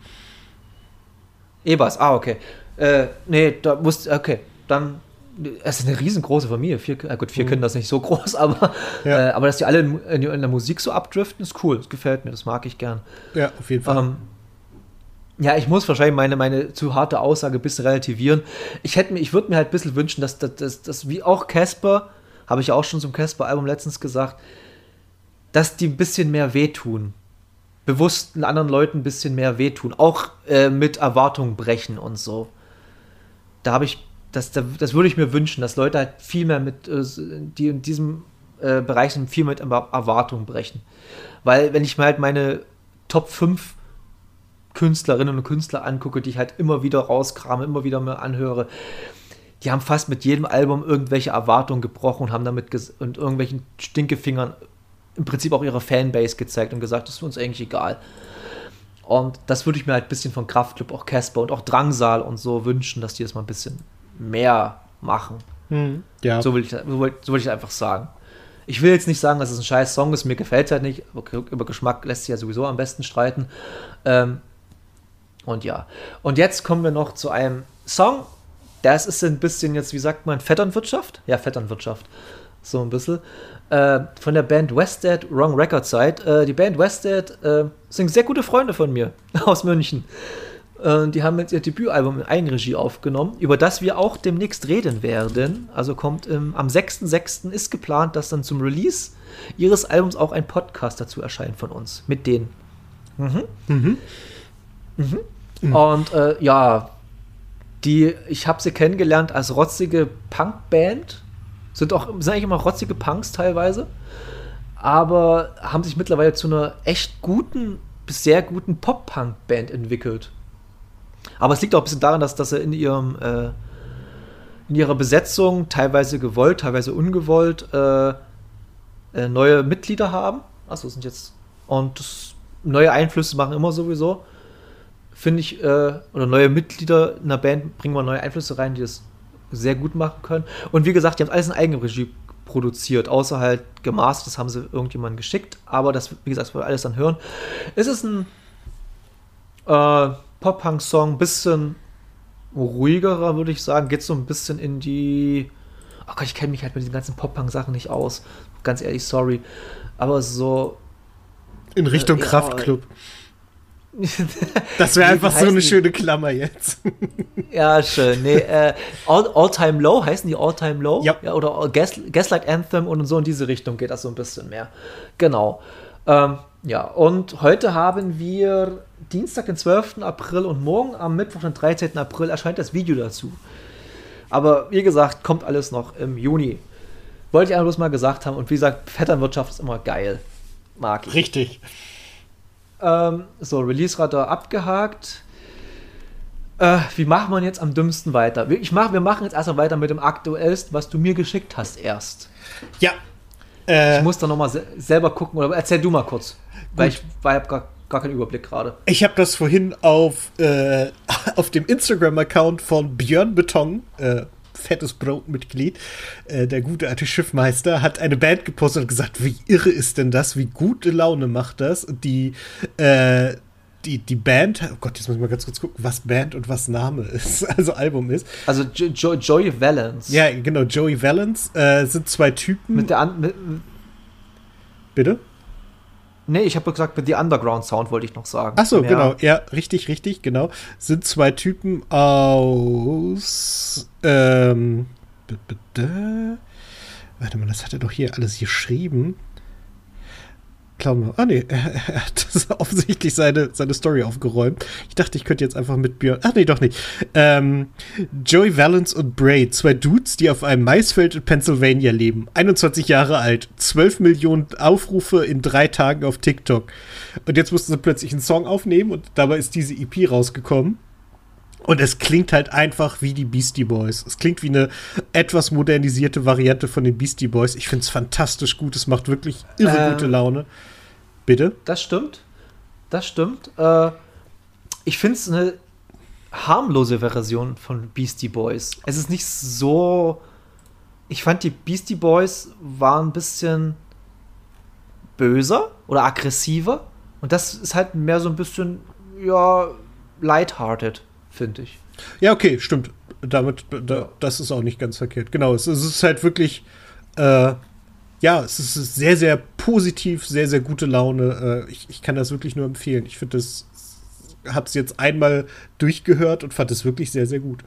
Ebers, ah, okay. Äh, nee, da muss, okay, dann, es ist eine riesengroße Familie. Vier, äh, gut, vier mhm. Kinder ist nicht so groß, aber, ja. äh, aber dass die alle in, in, in der Musik so abdriften, ist cool. Das gefällt mir, das mag ich gern. Ja, auf jeden Fall. Ähm, ja, ich muss wahrscheinlich meine, meine zu harte Aussage ein bisschen relativieren. Ich hätte mir, ich würde mir halt ein bisschen wünschen, dass das, dass, dass, wie auch Casper, habe ich ja auch schon zum Casper-Album letztens gesagt, dass die ein bisschen mehr wehtun. Bewusst den anderen Leuten ein bisschen mehr wehtun. Auch äh, mit Erwartungen brechen und so. Da habe ich, das, das, das würde ich mir wünschen, dass Leute halt viel mehr mit, äh, die in diesem äh, Bereich sind, viel mit Erwartungen brechen. Weil, wenn ich mir halt meine Top fünf Künstlerinnen und Künstler angucke, die ich halt immer wieder rauskrame, immer wieder mir anhöre, die haben fast mit jedem Album irgendwelche Erwartungen gebrochen und haben damit ges- und irgendwelchen Stinkefingern im Prinzip auch ihre Fanbase gezeigt und gesagt, das ist uns eigentlich egal. Und das würde ich mir halt ein bisschen von Kraftklub, auch Casper und auch Drangsal und so wünschen, dass die das mal ein bisschen mehr machen. Hm, ja. So will ich, so will, so will ich einfach sagen. Ich will jetzt nicht sagen, dass es ein scheiß Song ist, mir gefällt es halt nicht, aber über Geschmack lässt sich ja sowieso am besten streiten. Ähm, und ja. Und jetzt kommen wir noch zu einem Song, das ist ein bisschen jetzt, wie sagt man, Vetternwirtschaft? Ja, Vetternwirtschaft. So ein bisschen. Äh, von der Band Wested, Wrong Record Side. Äh, die Band Wested äh, sind sehr gute Freunde von mir aus München. Äh, die haben jetzt ihr Debütalbum in Eigenregie aufgenommen, über das wir auch demnächst reden werden. Also kommt im, am sechsten sechsten ist geplant, dass dann zum Release ihres Albums auch ein Podcast dazu erscheint von uns. Mit denen. Mhm. Mhm. Mhm. Mhm. Und äh, ja, die, ich habe sie kennengelernt als rotzige Punkband. Sind auch, sind eigentlich immer rotzige Punks teilweise. Aber haben sich mittlerweile zu einer echt guten, bis sehr guten Pop-Punk-Band entwickelt. Aber es liegt auch ein bisschen daran, dass, dass sie in ihrem äh, in ihrer Besetzung teilweise gewollt, teilweise ungewollt äh, äh, neue Mitglieder haben. Achso, sind jetzt und das, neue Einflüsse machen immer sowieso. Finde ich, äh, oder neue Mitglieder in der Band bringen mal neue Einflüsse rein, die das sehr gut machen können. Und wie gesagt, die haben alles in Eigenregie produziert, außer halt gemastert, das haben sie irgendjemandem geschickt, aber das, wie gesagt, das wir alles dann hören. Es ist ein äh, Pop-Punk-Song, ein bisschen ruhigerer, würde ich sagen, geht so ein bisschen in die, oh Gott, ich kenne mich halt mit diesen ganzen Pop-Punk-Sachen nicht aus, ganz ehrlich, sorry, aber so in Richtung äh, Kraftklub. Das wäre einfach so eine die? schöne Klammer jetzt. Ja, schön. Nee, äh, All, All Time Low, heißen die All Time Low? Ja. Ja, oder Gas, Gaslight Anthem und so in diese Richtung geht das so ein bisschen mehr. Genau. Ähm, ja, und heute haben wir Dienstag, den zwölften April und morgen am Mittwoch, den dreizehnten April erscheint das Video dazu. Aber wie gesagt, kommt alles noch im Juni. Wollte ich einfach bloß mal gesagt haben. Und wie gesagt, Vetternwirtschaft ist immer geil. Mag ich. Richtig. Ähm, so, Release-Radar abgehakt. Äh, wie machen wir jetzt am dümmsten weiter? Ich mach, wir machen jetzt erstmal weiter mit dem aktuellsten, was du mir geschickt hast erst. Ja. Äh, ich muss da nochmal se- selber gucken. Oder erzähl du mal kurz. Gut. Weil ich habe gar, gar keinen Überblick gerade. Ich habe das vorhin auf, äh, auf dem Instagram-Account von Björn Beton, äh, fettes Brotmitglied, äh, der gute alte Schiffmeister, hat eine Band gepostet und gesagt, wie irre ist denn das, wie gute Laune macht das. Und die, äh, die, die Band, oh Gott, jetzt muss ich mal ganz kurz gucken, was Band und was Name ist, also Album ist. Also jo- jo- Joey Valence. Ja, genau, Joey Valence, äh, sind zwei Typen. Mit der An- mit, Bitte? Nee, ich habe gesagt, mit The Underground Sound wollte ich noch sagen. Ach so, ja. genau. Ja, richtig, richtig, genau. Sind zwei Typen aus ähm, b- b- d- warte mal, das hat er doch hier alles geschrieben. Glauben wir. Ah, nee, er, er hat das offensichtlich seine, seine Story aufgeräumt. Ich dachte, ich könnte jetzt einfach mit Björn. Ach, nee, doch nicht. Ähm, Joey Valence und Bray, zwei Dudes, die auf einem Maisfeld in Pennsylvania leben. einundzwanzig Jahre alt, zwölf Millionen Aufrufe in drei Tagen auf TikTok. Und jetzt mussten sie plötzlich einen Song aufnehmen und dabei ist diese E P rausgekommen. Und es klingt halt einfach wie die Beastie Boys. Es klingt wie eine etwas modernisierte Variante von den Beastie Boys. Ich finde es fantastisch gut. Es macht wirklich irre ähm, gute Laune. Bitte? Das stimmt. Das stimmt. Äh, ich finde es eine harmlose Version von Beastie Boys. Es ist nicht so. Ich fand, die Beastie Boys waren ein bisschen böser oder aggressiver. Und das ist halt mehr so ein bisschen, ja, lighthearted, finde ich. Ja, okay, stimmt. Damit, da, ja. Das ist auch nicht ganz verkehrt. Genau, es, es ist halt wirklich, äh, ja, es ist sehr, sehr positiv, sehr, sehr gute Laune. Äh, ich, ich kann das wirklich nur empfehlen. Ich finde das, hab's jetzt einmal durchgehört und fand es wirklich sehr, sehr gut.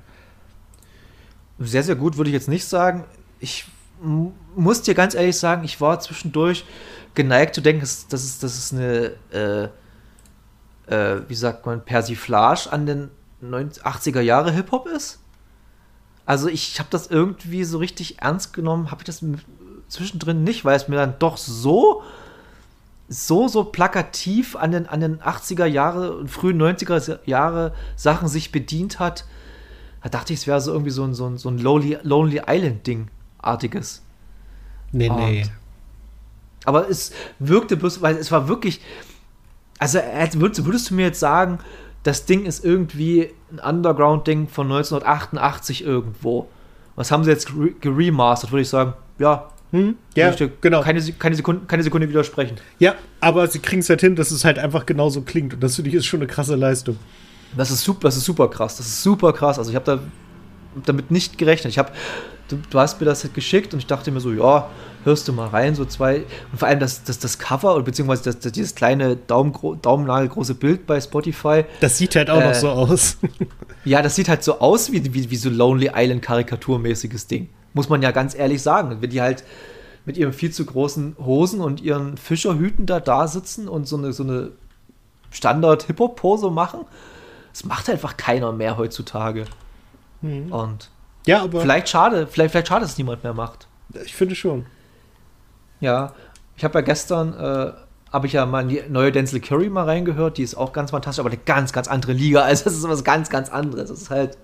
Sehr, sehr gut würde ich jetzt nicht sagen. Ich m- muss dir ganz ehrlich sagen, ich war zwischendurch geneigt zu denken, dass, dass, es, dass es eine, äh, äh, wie sagt man, Persiflage an den achtziger Jahre Hip-Hop ist. Also ich habe das irgendwie so richtig ernst genommen, habe ich das zwischendrin nicht, weil es mir dann doch so so, so plakativ an den, an den achtziger Jahre und frühen neunziger Jahre Sachen sich bedient hat. Da dachte ich, es wäre so irgendwie so ein, so ein, so ein Lonely, Lonely Island-Ding-artiges. Nee, und, nee. Aber es wirkte bloß, weil es war wirklich, also würdest, würdest du mir jetzt sagen, das Ding ist irgendwie ein Underground-Ding von neunzehnhundertachtundachtzig irgendwo. Was haben sie jetzt geremastert? Würde ich sagen, ja, hm, ja, ich genau. Keine, keine, Sekunde, keine Sekunde widersprechen. Ja, aber sie kriegen es halt hin, dass es halt einfach genauso klingt. Und das finde ich ist schon eine krasse Leistung. Das ist super, das ist super krass. Das ist super krass. Also ich habe da damit nicht gerechnet. Ich habe, du, du hast mir das halt geschickt und ich dachte mir so, ja, hörst du mal rein, so zwei. Und vor allem das, das, das Cover, beziehungsweise das, das, dieses kleine Daumen, daumennagelgroße Bild bei Spotify. Das sieht halt auch äh, noch so aus. Ja, das sieht halt so aus wie, wie, wie so Lonely Island Karikaturmäßiges Ding. Muss man ja ganz ehrlich sagen. Wenn die halt mit ihren viel zu großen Hosen und ihren Fischerhüten da da sitzen und so eine, so eine Standard-Hip-Hop-Pose machen, das macht einfach keiner mehr heutzutage. Mhm. Und ja, aber vielleicht schade, vielleicht, vielleicht schade, dass es niemand mehr macht. Ich finde schon. Ja, ich habe ja gestern, äh, habe ich ja mal in die neue Denzel Curry mal reingehört, die ist auch ganz fantastisch, aber eine ganz, ganz andere Liga, also das ist was ganz, ganz anderes. Das ist halt,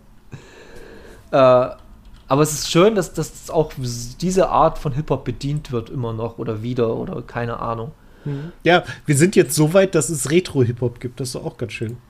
äh, aber es ist schön, dass, dass auch diese Art von Hip-Hop bedient wird immer noch oder wieder oder keine Ahnung. Mhm. Ja, wir sind jetzt so weit, dass es Retro-Hip-Hop gibt, das ist auch ganz schön.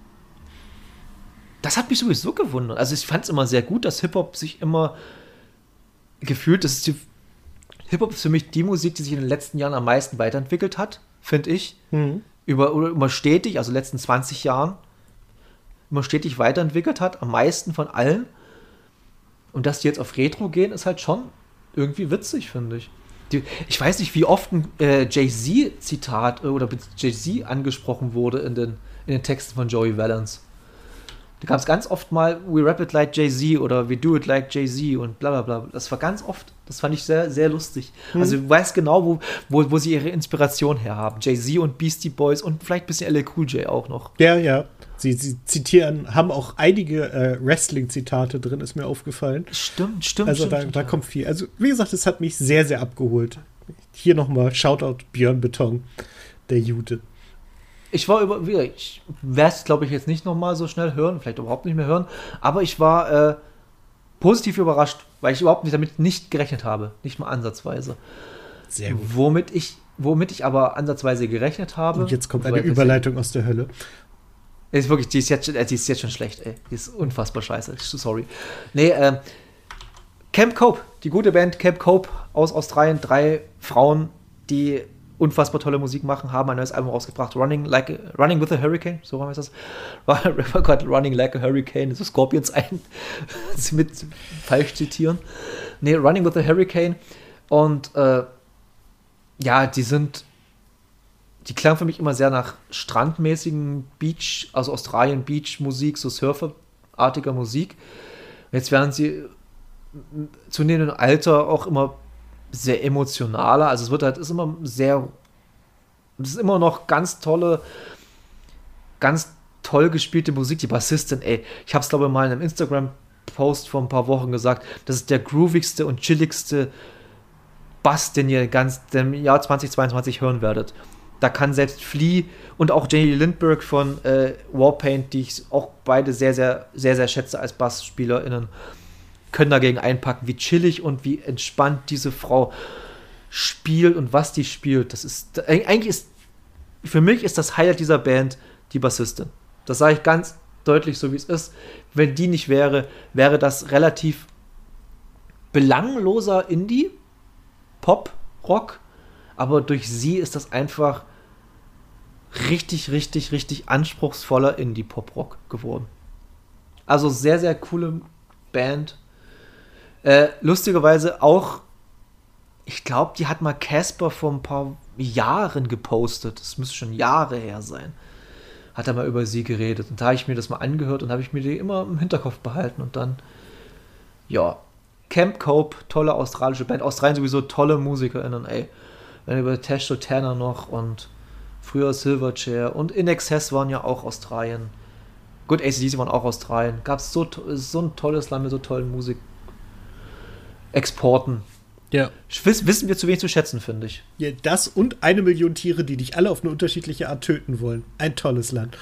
Das hat mich sowieso gewundert. Also ich fand es immer sehr gut, dass Hip-Hop sich immer gefühlt, das ist die, Hip-Hop ist für mich die Musik, die sich in den letzten Jahren am meisten weiterentwickelt hat, finde ich. Mhm. Über, immer stetig, also in den letzten zwanzig Jahren, immer stetig weiterentwickelt hat, am meisten von allen. Und dass die jetzt auf Retro gehen, ist halt schon irgendwie witzig, finde ich. Die, ich weiß nicht, wie oft ein äh, Jay-Z-Zitat oder Jay-Z angesprochen wurde in den, in den Texten von Joey Valance. Da gab es ganz oft mal We rap it like Jay-Z oder We do it like Jay-Z und bla bla bla. Das war ganz oft, das fand ich sehr, sehr lustig. Hm. Also du weißt genau, wo, wo, wo sie ihre Inspiration herhaben. Jay-Z und Beastie Boys und vielleicht ein bisschen L L Cool J auch noch. Ja, ja. Sie, sie zitieren, haben auch einige äh, Wrestling-Zitate drin, ist mir aufgefallen. Stimmt, stimmt, also stimmt. Also da, da kommt viel. Also wie gesagt, es hat mich sehr, sehr abgeholt. Hier nochmal Shoutout Björn Beton, der Jude. Ich war über, ich werde es, glaube ich, jetzt nicht nochmal so schnell hören, vielleicht überhaupt nicht mehr hören, aber ich war äh, positiv überrascht, weil ich überhaupt nicht damit nicht gerechnet habe, nicht mal ansatzweise. Sehr gut. Womit ich, womit ich aber ansatzweise gerechnet habe. Und jetzt kommt eine Überleitung aus der Hölle. Ist wirklich, die ist jetzt, die ist jetzt schon schlecht, ey. Die ist unfassbar scheiße. Sorry. Nee, ähm, Camp Cope, die gute Band Camp Cope aus Australien, drei Frauen, die unfassbar tolle Musik machen, haben ein neues Album rausgebracht, Running Like a, Running with a Hurricane, so heißt das. Oh Gott, Running Like a Hurricane, so Scorpions ein, sie mit falsch zitieren. Nee, Running with a Hurricane und äh, ja, die sind die klang für mich immer sehr nach strandmäßigen Beach, also Australien Beach-Musik, so surferartiger Musik. Jetzt werden sie zunehmendem Alter auch immer sehr emotionaler, also es wird halt, ist immer sehr, es ist immer noch ganz tolle, ganz toll gespielte Musik, die Bassistin, ey, ich hab's glaube ich mal in einem Instagram-Post vor ein paar Wochen gesagt, das ist der groovigste und chilligste Bass, den ihr ganz im Jahr zwanzig zweiundzwanzig hören werdet. Da kann selbst Flea und auch Jenny Lindbergh von äh, Warpaint, die ich auch beide sehr, sehr, sehr, sehr schätze als BassspielerInnen, können dagegen einpacken, wie chillig und wie entspannt diese Frau spielt und was die spielt. Das ist, eigentlich ist, für mich ist das Highlight dieser Band die Bassistin. Das sage ich ganz deutlich so, wie es ist. Wenn die nicht wäre, wäre das relativ belangloser Indie, Pop, Rock, aber durch sie ist das einfach richtig, richtig, richtig anspruchsvoller Indie-Pop-Rock geworden. Also sehr, sehr coole Band. Äh, lustigerweise auch, ich glaube, die hat mal Casper vor ein paar Jahren gepostet. Das müsste schon Jahre her sein. Hat er mal über sie geredet. Und da habe ich mir das mal angehört und habe ich mir die immer im Hinterkopf behalten. Und dann, ja, Camp Cope, tolle australische Band. Australien sowieso tolle MusikerInnen, ey. Wenn über Tesh Tanner noch und früher Silverchair und In Excess waren ja auch Australien. Gut, A C D C waren auch Australien. Gab es so, so ein tolles Land mit so tollen Musikexporten. Ja. Wiss, wissen wir zu wenig zu schätzen, finde ich. Ja, das und eine Million Tiere, die dich alle auf eine unterschiedliche Art töten wollen. Ein tolles Land.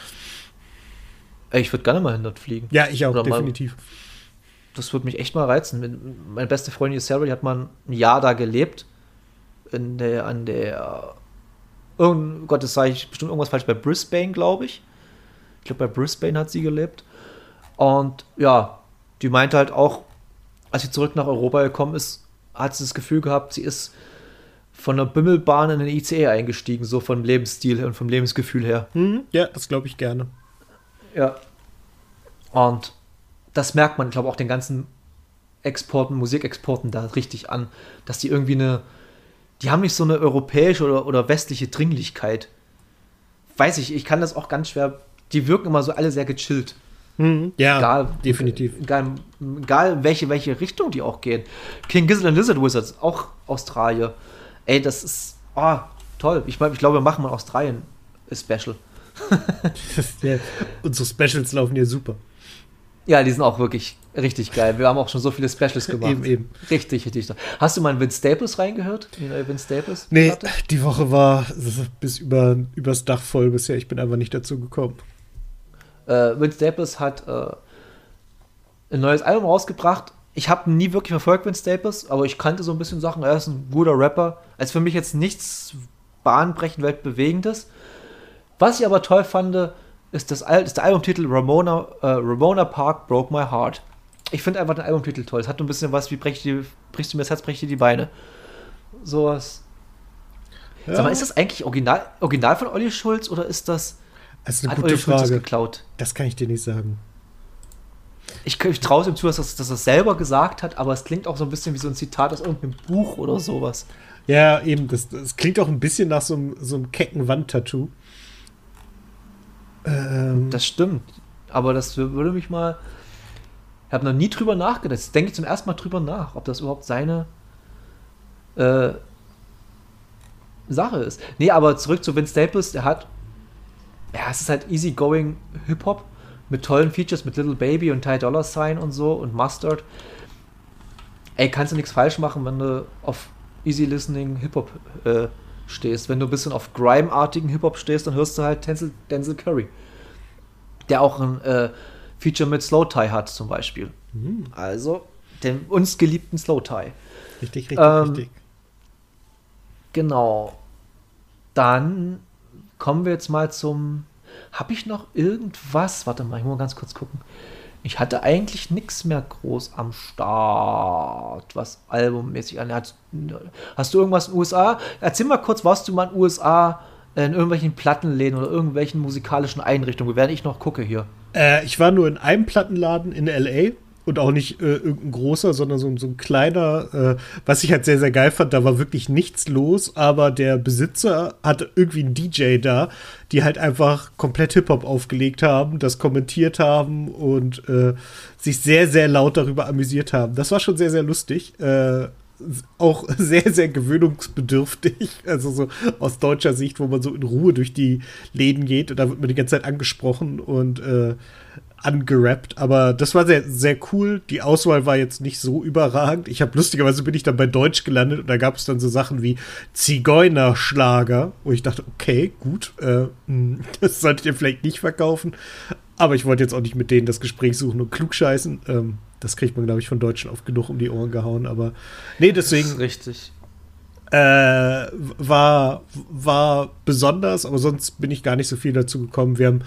Ey, ich würde gerne mal hin dort fliegen. Ja, ich auch, Oder definitiv. Mal, das würde mich echt mal reizen. Meine beste Freundin Sarah, die hat mal ein Jahr da gelebt. In der, an der, irgend, Gott, das sage ich bestimmt irgendwas falsch, bei Brisbane, glaube ich. Ich glaube, bei Brisbane hat sie gelebt. Und ja, die meinte halt auch, als sie zurück nach Europa gekommen ist, hat sie das Gefühl gehabt, sie ist von der Bimmelbahn in den I C E eingestiegen, so vom Lebensstil und vom Lebensgefühl her. Mhm, ja, das glaube ich gerne. Ja. Und das merkt man, ich glaube, auch den ganzen Exporten, Musikexporten da richtig an, dass die irgendwie eine, die haben nicht so eine europäische oder, oder westliche Dringlichkeit. Weiß ich, ich kann das auch ganz schwer, die wirken immer so alle sehr gechillt. Mhm, ja, egal, definitiv. Egal, egal welche, welche Richtung die auch gehen. King Gizzard and Lizard Wizards, auch Australien. Ey, das ist oh, toll. Ich, ich glaube, wir machen mal Australien-Special. Ja, unsere Specials laufen hier super. Ja, die sind auch wirklich richtig geil. Wir haben auch schon so viele Specials gemacht. Eben, eben. Richtig, richtig. Hast du mal in Vince Staples reingehört? Die neue Vince Staples? Nee, die Woche war bis über, übers Dach voll bisher. Ich bin einfach nicht dazu gekommen. Uh, Vince Staples hat uh, ein neues Album rausgebracht. Ich habe nie wirklich verfolgt Vince Staples, aber ich kannte so ein bisschen Sachen. Er ist ein guter Rapper. Also für mich jetzt nichts bahnbrechend weltbewegendes. Was ich aber toll fand, ist, das Al- ist der Albumtitel Ramona, uh, Ramona Park Broke My Heart. Ich finde einfach den Albumtitel toll. Es hat ein bisschen was wie brech die, brichst du mir das Herz, brech dir die Beine. Sowas. Ja. Sag mal, ist das eigentlich original, original von Olli Schulz oder ist das Das ist eine hat gute Olli Schulz Frage. das geklaut? Das kann ich dir nicht sagen. Ich, ich traue es ihm zu, dass er das, das selber gesagt hat, aber es klingt auch so ein bisschen wie so ein Zitat aus irgendeinem Buch oder sowas. Ja, eben. Das, das klingt auch ein bisschen nach so einem, so einem kecken Wandtattoo. Ähm. Das stimmt. Aber das würde mich mal. Ich habe noch nie drüber nachgedacht. Jetzt denke ich zum ersten Mal drüber nach, ob das überhaupt seine äh, Sache ist. Nee, aber zurück zu Vince Staples. Der hat. Ja, es ist halt easygoing Hip-Hop mit tollen Features, mit Little Baby und Ty Dolla Sign und so und Mustard. Ey, kannst du nichts falsch machen, wenn du auf Easy Listening Hip-Hop äh, stehst. Wenn du ein bisschen auf Grime-artigen Hip-Hop stehst, dann hörst du halt Denzel, Denzel Curry. Der auch ein äh, Feature mit Slow Tie hat zum Beispiel. Mhm. Also, den uns geliebten Slow Tie. Richtig, richtig, ähm, richtig. Genau. Dann kommen wir jetzt mal zum. Habe ich noch irgendwas? Warte mal, ich muss mal ganz kurz gucken. Ich hatte eigentlich nichts mehr groß am Start, was albummäßig anhat. Hast du irgendwas in den U S A? Erzähl mal kurz, warst du mal in den U S A in irgendwelchen Plattenläden oder irgendwelchen musikalischen Einrichtungen, während ich noch gucke hier? Äh, ich war nur in einem Plattenladen in L A und auch nicht äh, irgendein großer, sondern so, so ein kleiner, äh, was ich halt sehr, sehr geil fand, da war wirklich nichts los, aber der Besitzer hatte irgendwie einen D J da, die halt einfach komplett Hip-Hop aufgelegt haben, das kommentiert haben und äh, sich sehr, sehr laut darüber amüsiert haben. Das war schon sehr, sehr lustig. Äh, auch sehr, sehr gewöhnungsbedürftig, also so aus deutscher Sicht, wo man so in Ruhe durch die Läden geht und da wird man die ganze Zeit angesprochen und äh, angerappt, aber das war sehr, sehr cool. Die Auswahl war jetzt nicht so überragend. Ich habe lustigerweise bin ich dann bei Deutsch gelandet und da gab es dann so Sachen wie Zigeunerschlager, wo ich dachte, okay, gut, äh, das solltet ihr vielleicht nicht verkaufen, aber ich wollte jetzt auch nicht mit denen das Gespräch suchen und klugscheißen. Ähm, das kriegt man, glaube ich, von Deutschen oft genug um die Ohren gehauen, aber nee, deswegen. Das ist richtig. Äh, war, war besonders, aber sonst bin ich gar nicht so viel dazu gekommen. Wir haben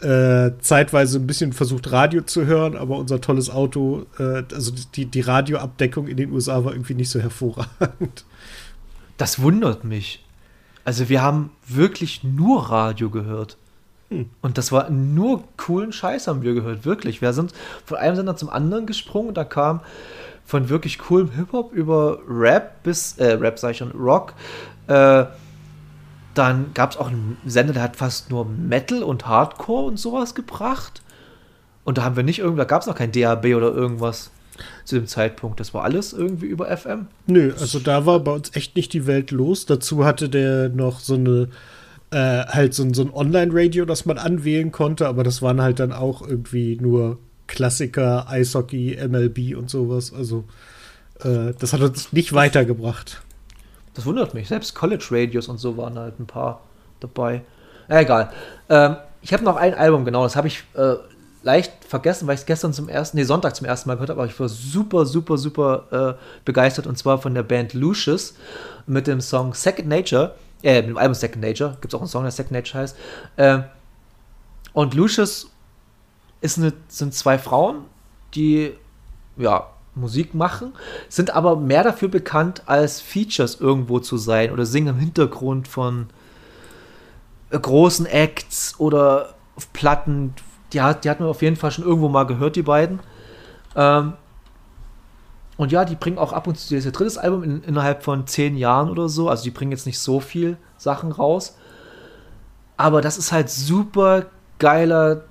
äh, zeitweise ein bisschen versucht, Radio zu hören, aber unser tolles Auto, äh, also die, die Radioabdeckung in den U S A war irgendwie nicht so hervorragend. Das wundert mich. Also wir haben wirklich nur Radio gehört. Hm. Und das war nur coolen Scheiß haben wir gehört, wirklich. Wir sind von einem Sender zum anderen gesprungen und da kam von wirklich coolem Hip-Hop über Rap bis, äh, Rap sag ich schon, Rock. Äh, dann gab es auch einen Sender, der hat fast nur Metal und Hardcore und sowas gebracht. Und da haben wir nicht irgendwie, da gab es noch kein D A B oder irgendwas zu dem Zeitpunkt. Das war alles irgendwie über F M. Nö, also da war bei uns echt nicht die Welt los. Dazu hatte der noch so eine, äh, halt so ein, so ein Online-Radio, das man anwählen konnte, aber das waren halt dann auch irgendwie nur Klassiker, Eishockey, M L B und sowas. Also äh, das hat uns nicht weitergebracht. Das wundert mich. Selbst College-Radios und so waren halt ein paar dabei. Ja, egal. Ähm, ich habe noch ein Album, genau. Das habe ich äh, leicht vergessen, weil ich es gestern zum ersten, nee, Sonntag zum ersten Mal gehört habe. Aber ich war super, super, super äh, begeistert. Und zwar von der Band Lucius mit dem Song Second Nature. Äh, mit dem Album Second Nature. Gibt es auch einen Song, der Second Nature heißt. Äh, und Lucius ist eine, sind zwei Frauen, die ja, Musik machen, sind aber mehr dafür bekannt, als Features irgendwo zu sein oder singen im Hintergrund von äh, großen Acts oder auf Platten. Die, hat, die hat man auf jeden Fall schon irgendwo mal gehört, die beiden. Ähm, und ja, die bringen auch ab und zu, das ist ihr drittes Album in, innerhalb von zehn Jahren oder so, also die bringen jetzt nicht so viel Sachen raus, aber das ist halt super geiler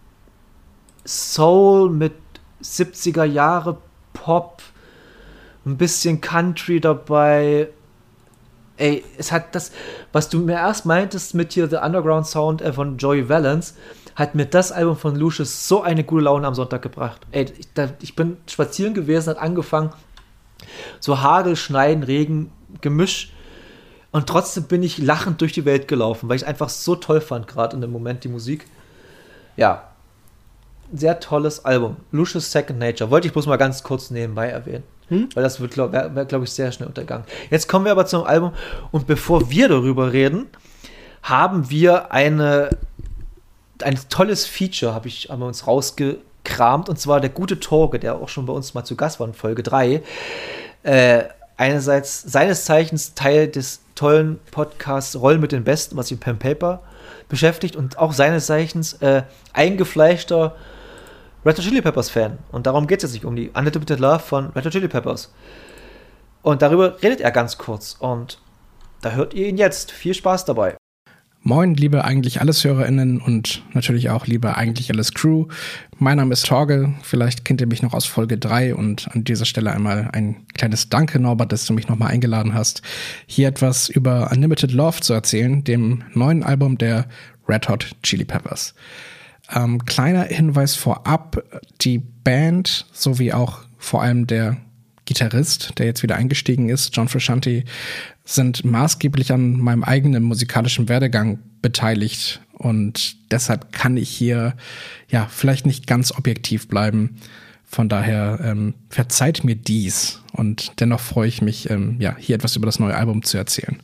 Soul mit siebziger Jahre Pop, ein bisschen Country dabei. Ey, es hat das, was du mir erst meintest mit hier The Underground Sound äh, von Joey Valence, hat mir das Album von Lucius so eine gute Laune am Sonntag gebracht. Ey, ich, da, ich bin spazieren gewesen, hat angefangen, so Hagel, Schneien, Regen, Gemisch, und trotzdem bin ich lachend durch die Welt gelaufen, weil ich einfach so toll fand, gerade in dem Moment die Musik. Ja, sehr tolles Album. Lucius Second Nature. Wollte ich bloß mal ganz kurz nebenbei erwähnen. Hm? Weil das wird, glaube glaub ich, sehr schnell untergegangen. Jetzt kommen wir aber zum Album. Und bevor wir darüber reden, haben wir eine ein tolles Feature, habe ich haben wir uns rausgekramt. Und zwar der gute Torge, der auch schon bei uns mal zu Gast war in Folge drei. Äh, einerseits seines Zeichens Teil des tollen Podcasts Rollen mit den Besten, was sich mit Pen Paper beschäftigt, und auch seines Zeichens äh, eingefleischter Red Hot Chili Peppers Fan. Und darum geht es jetzt nicht, um die Unlimited Love von Red Hot Chili Peppers. Und darüber redet er ganz kurz. Und da hört ihr ihn jetzt. Viel Spaß dabei. Moin, liebe Eigentlich Alles-HörerInnen und natürlich auch liebe Eigentlich Alles-Crew. Mein Name ist Torge. Vielleicht kennt ihr mich noch aus Folge drei. Und an dieser Stelle einmal ein kleines Danke, Norbert, dass du mich nochmal eingeladen hast, hier etwas über Unlimited Love zu erzählen, dem neuen Album der Red Hot Chili Peppers. Ähm, kleiner Hinweis vorab, die Band sowie auch vor allem der Gitarrist, der jetzt wieder eingestiegen ist, John Frusciante, sind maßgeblich an meinem eigenen musikalischen Werdegang beteiligt. Und deshalb kann ich hier ja vielleicht nicht ganz objektiv bleiben. Von daher ähm, verzeiht mir dies. Und dennoch freue ich mich, ähm, ja, hier etwas über das neue Album zu erzählen.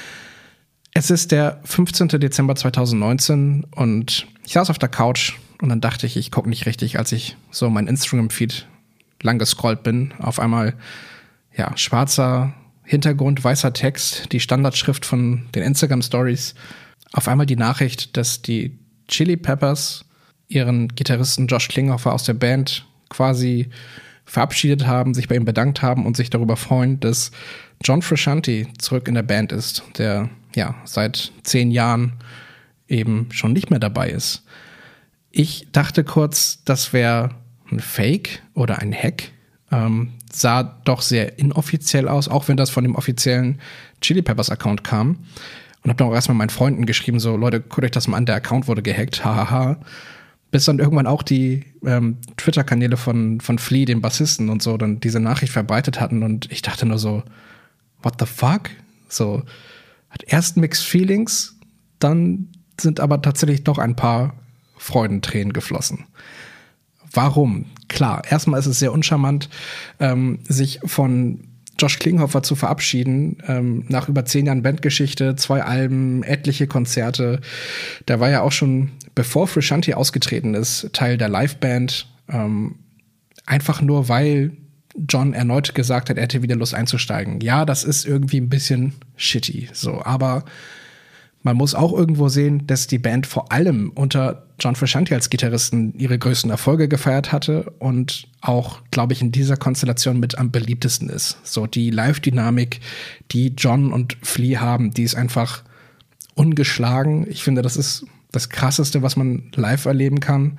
Es ist der fünfzehnten Dezember zweitausendneunzehn und ich saß auf der Couch und dann dachte ich, ich gucke nicht richtig, als ich so mein Instagram-Feed lang gescrollt bin. Auf einmal, ja, schwarzer Hintergrund, weißer Text, die Standardschrift von den Instagram-Stories. Auf einmal die Nachricht, dass die Chili Peppers ihren Gitarristen Josh Klinghoffer aus der Band quasi verabschiedet haben, sich bei ihm bedankt haben und sich darüber freuen, dass John Frusciante zurück in der Band ist, der ja seit zehn Jahren eben schon nicht mehr dabei ist. Ich dachte kurz, das wäre ein Fake oder ein Hack. Ähm, sah doch sehr inoffiziell aus, auch wenn das von dem offiziellen Chili Peppers Account kam. Und habe dann auch erstmal meinen Freunden geschrieben, so, Leute, guckt euch das mal an, der Account wurde gehackt, hahaha. Bis dann irgendwann auch die ähm, Twitter-Kanäle von, von Flea, dem Bassisten und so, dann diese Nachricht verbreitet hatten und ich dachte nur so, what the fuck? So, hat erst Mixed Feelings, dann sind aber tatsächlich doch ein paar Freudentränen geflossen. Warum? Klar, erstmal ist es sehr uncharmant, ähm, sich von Josh Klinghoffer zu verabschieden, ähm, nach über zehn Jahren Bandgeschichte, zwei Alben, etliche Konzerte. Der war ja auch schon, bevor Frusciante ausgetreten ist, Teil der Liveband. Ähm, einfach nur, weil John erneut gesagt hat, er hätte wieder Lust einzusteigen. Ja, das ist irgendwie ein bisschen shitty, so, aber man muss auch irgendwo sehen, dass die Band vor allem unter John Frusciante als Gitarristen ihre größten Erfolge gefeiert hatte und auch, glaube ich, in dieser Konstellation mit am beliebtesten ist. So die Live-Dynamik, die John und Flea haben, die ist einfach ungeschlagen. Ich finde, das ist das Krasseste, was man live erleben kann.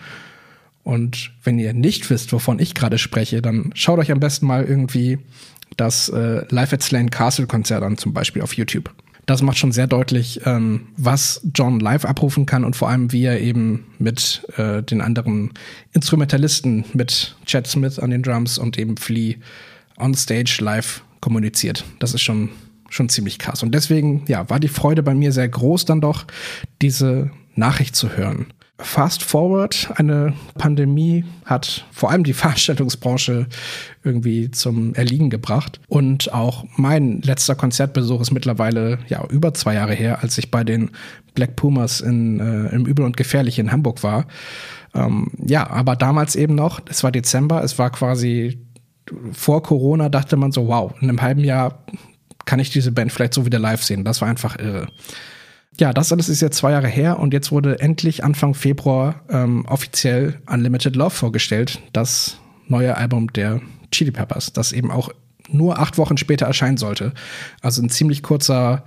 Und wenn ihr nicht wisst, wovon ich gerade spreche, dann schaut euch am besten mal irgendwie das äh, Live at Slane Castle Konzert an, zum Beispiel auf YouTube. Das macht schon sehr deutlich, ähm, was John live abrufen kann und vor allem, wie er eben mit äh, den anderen Instrumentalisten, mit Chad Smith an den Drums und eben Flea on Stage live kommuniziert. Das ist schon, schon ziemlich krass. Und deswegen, ja, war die Freude bei mir sehr groß, dann doch diese Nachricht zu hören. Fast forward, eine Pandemie hat vor allem die Veranstaltungsbranche irgendwie zum Erliegen gebracht. Und auch mein letzter Konzertbesuch ist mittlerweile ja über zwei Jahre her, als ich bei den Black Pumas in, äh, im Übel und Gefährlich in Hamburg war. Ähm, ja, aber damals eben noch, es war Dezember, es war quasi vor Corona, dachte man so, wow, in einem halben Jahr kann ich diese Band vielleicht so wieder live sehen. Das war einfach irre. Ja, das alles ist jetzt zwei Jahre her und jetzt wurde endlich Anfang Februar ähm, offiziell Unlimited Love vorgestellt, das neue Album der Chili Peppers, das eben auch nur acht Wochen später erscheinen sollte. Also ein ziemlich kurzer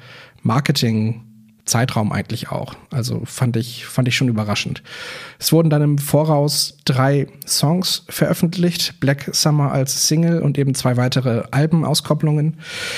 Marketing-Zeitraum eigentlich auch. Also fand ich, fand ich schon überraschend. Es wurden dann im Voraus drei Songs veröffentlicht, Black Summer als Single und eben zwei weitere Albenauskopplungen.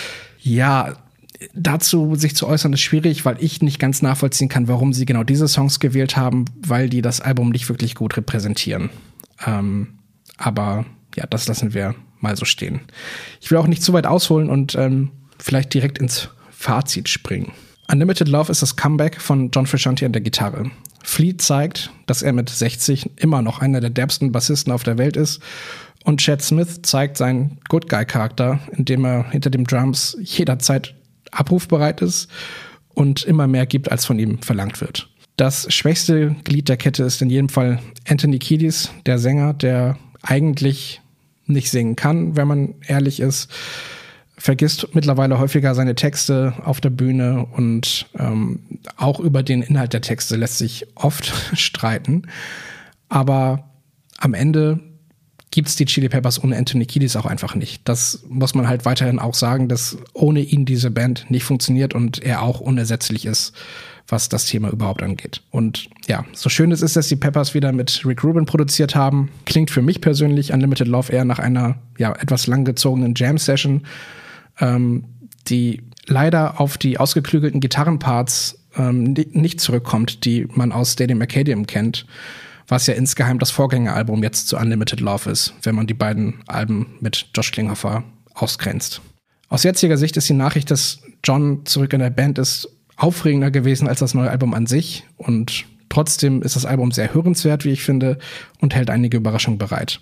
Ja, dazu sich zu äußern ist schwierig, weil ich nicht ganz nachvollziehen kann, warum sie genau diese Songs gewählt haben, weil die das Album nicht wirklich gut repräsentieren. Ähm, aber ja, das lassen wir mal so stehen. Ich will auch nicht zu weit ausholen und ähm, vielleicht direkt ins Fazit springen. Unlimited Love ist das Comeback von John Frusciante an der Gitarre. Flea zeigt, dass er mit sechzig immer noch einer der derbsten Bassisten auf der Welt ist. Und Chad Smith zeigt seinen Good Guy-Charakter, indem er hinter dem Drums jederzeit abrufbereit ist und immer mehr gibt, als von ihm verlangt wird. Das schwächste Glied der Kette ist in jedem Fall Anthony Kiedis, der Sänger, der eigentlich nicht singen kann, wenn man ehrlich ist, vergisst mittlerweile häufiger seine Texte auf der Bühne und ähm, auch über den Inhalt der Texte lässt sich oft streiten. Aber am Ende gibt's die Chili Peppers ohne Anthony Kiedis auch einfach nicht. Das muss man halt weiterhin auch sagen, dass ohne ihn diese Band nicht funktioniert und er auch unersetzlich ist, was das Thema überhaupt angeht. Und ja, so schön es ist, dass die Peppers wieder mit Rick Rubin produziert haben, klingt für mich persönlich Unlimited Love eher nach einer ja etwas langgezogenen Jam-Session, ähm, die leider auf die ausgeklügelten Gitarrenparts ähm, nicht zurückkommt, die man aus Stadium Arcadium kennt, was ja insgeheim das Vorgängeralbum jetzt zu Unlimited Love ist, wenn man die beiden Alben mit Josh Klinghoffer ausgrenzt. Aus jetziger Sicht ist die Nachricht, dass John zurück in der Band ist, aufregender gewesen als das neue Album an sich und trotzdem ist das Album sehr hörenswert, wie ich finde, und hält einige Überraschungen bereit.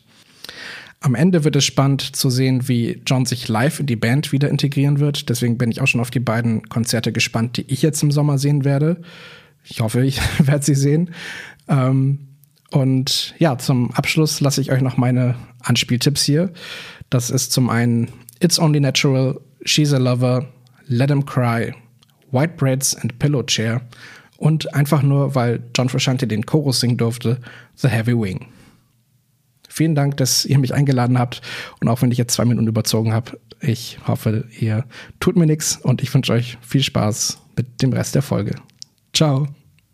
Am Ende wird es spannend zu sehen, wie John sich live in die Band wieder integrieren wird, deswegen bin ich auch schon auf die beiden Konzerte gespannt, die ich jetzt im Sommer sehen werde. Ich hoffe, ich werde sie sehen. Ähm, Und ja, zum Abschluss lasse ich euch noch meine Anspieltipps hier. Das ist zum einen It's Only Natural, She's a Lover, Let 'Em Cry, White Breads and Pillow Chair und einfach nur, weil John Frusciante den Chorus singen durfte, The Heavy Wing. Vielen Dank, dass ihr mich eingeladen habt und auch wenn ich jetzt zwei Minuten überzogen habe, ich hoffe, ihr tut mir nichts und ich wünsche euch viel Spaß mit dem Rest der Folge. Ciao.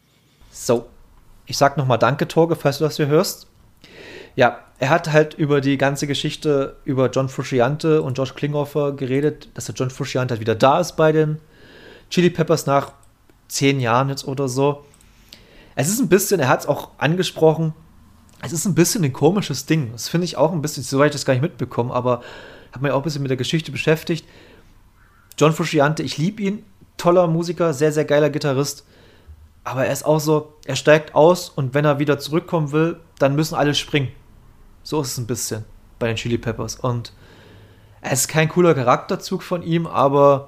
So. Ich sag nochmal Danke, Torge, falls du das hier hörst. Ja, er hat halt über die ganze Geschichte über John Frusciante und Josh Klinghoffer geredet, dass der John Frusciante halt wieder da ist bei den Chili Peppers nach zehn Jahren jetzt oder so. Es ist ein bisschen, er hat es auch angesprochen, es ist ein bisschen ein komisches Ding. Das finde ich auch ein bisschen, soweit ich das gar nicht mitbekommen, aber habe mich auch ein bisschen mit der Geschichte beschäftigt. John Frusciante, ich liebe ihn, toller Musiker, sehr, sehr geiler Gitarrist. Aber er ist auch so, er steigt aus und wenn er wieder zurückkommen will, dann müssen alle springen. So ist es ein bisschen bei den Chili Peppers. Und Es ist kein cooler Charakterzug von ihm, aber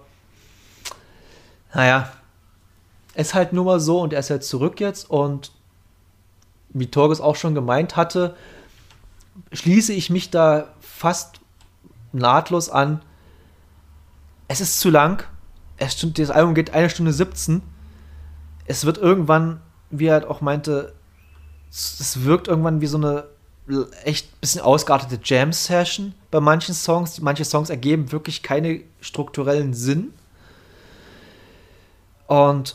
naja, es ist halt nur mal so und er ist halt zurück jetzt und wie Torges auch schon gemeint hatte, schließe ich mich da fast nahtlos an. Es ist zu lang. Es stimmt, das Album geht eine Stunde siebzehn. Es wird irgendwann, wie er halt auch meinte, es wirkt irgendwann wie so eine echt bisschen ausgeartete Jam-Session bei manchen Songs. Manche Songs ergeben wirklich keine strukturellen Sinn. Und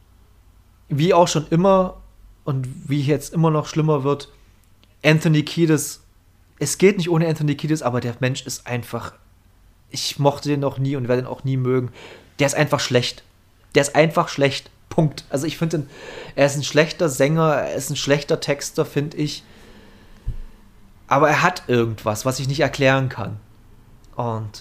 wie auch schon immer und wie jetzt immer noch schlimmer wird, Anthony Kiedis, es geht nicht ohne Anthony Kiedis, aber der Mensch ist einfach, ich mochte den noch nie und werde ihn auch nie mögen. Der ist einfach schlecht. Der ist einfach schlecht. Punkt. Also ich finde, er ist ein schlechter Sänger, er ist ein schlechter Texter, finde ich. Aber er hat irgendwas, was ich nicht erklären kann. Und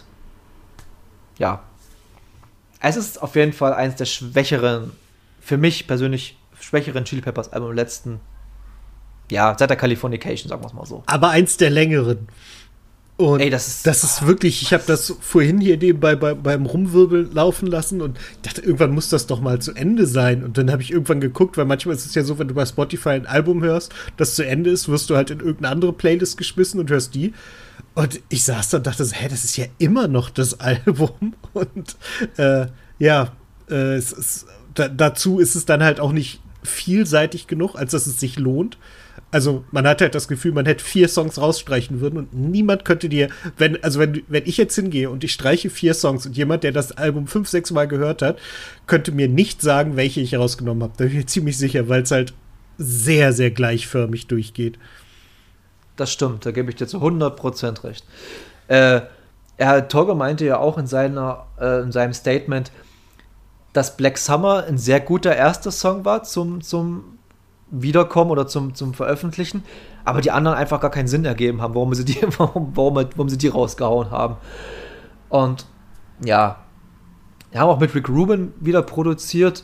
ja. Es ist auf jeden Fall eines der schwächeren, für mich persönlich schwächeren Chili Peppers Album im letzten, ja, seit der Californication, sagen wir es mal so. Aber eins der längeren. Und Ey, das ist, das ist oh, wirklich, ich habe das vorhin hier nebenbei bei, beim Rumwirbeln laufen lassen und dachte, irgendwann muss das doch mal zu Ende sein. Und dann habe ich irgendwann geguckt, weil manchmal ist es ja so, wenn du bei Spotify ein Album hörst, das zu Ende ist, wirst du halt in irgendeine andere Playlist geschmissen und hörst die. Und ich saß da und dachte so, hä, das ist ja immer noch das Album. Und äh, ja, äh, es ist, da, dazu ist es dann halt auch nicht vielseitig genug, als dass es sich lohnt. Also man hat halt das Gefühl, man hätte vier Songs rausstreichen würden und niemand könnte dir, wenn, also wenn, wenn ich jetzt hingehe und ich streiche vier Songs und jemand, der das Album fünf, sechs Mal gehört hat, könnte mir nicht sagen, welche ich rausgenommen habe. Da bin ich mir ziemlich sicher, weil es halt sehr, sehr gleichförmig durchgeht. Das stimmt, da gebe ich dir zu hundert Prozent recht. Äh, Herr Torge meinte ja auch in, seiner, äh, in seinem Statement, dass Black Summer ein sehr guter erster Song war zum, zum Wiederkommen oder zum, zum Veröffentlichen, aber die anderen einfach gar keinen Sinn ergeben haben, warum sie die, warum, warum, warum sie die rausgehauen haben. Und ja, wir haben auch mit Rick Rubin wieder produziert,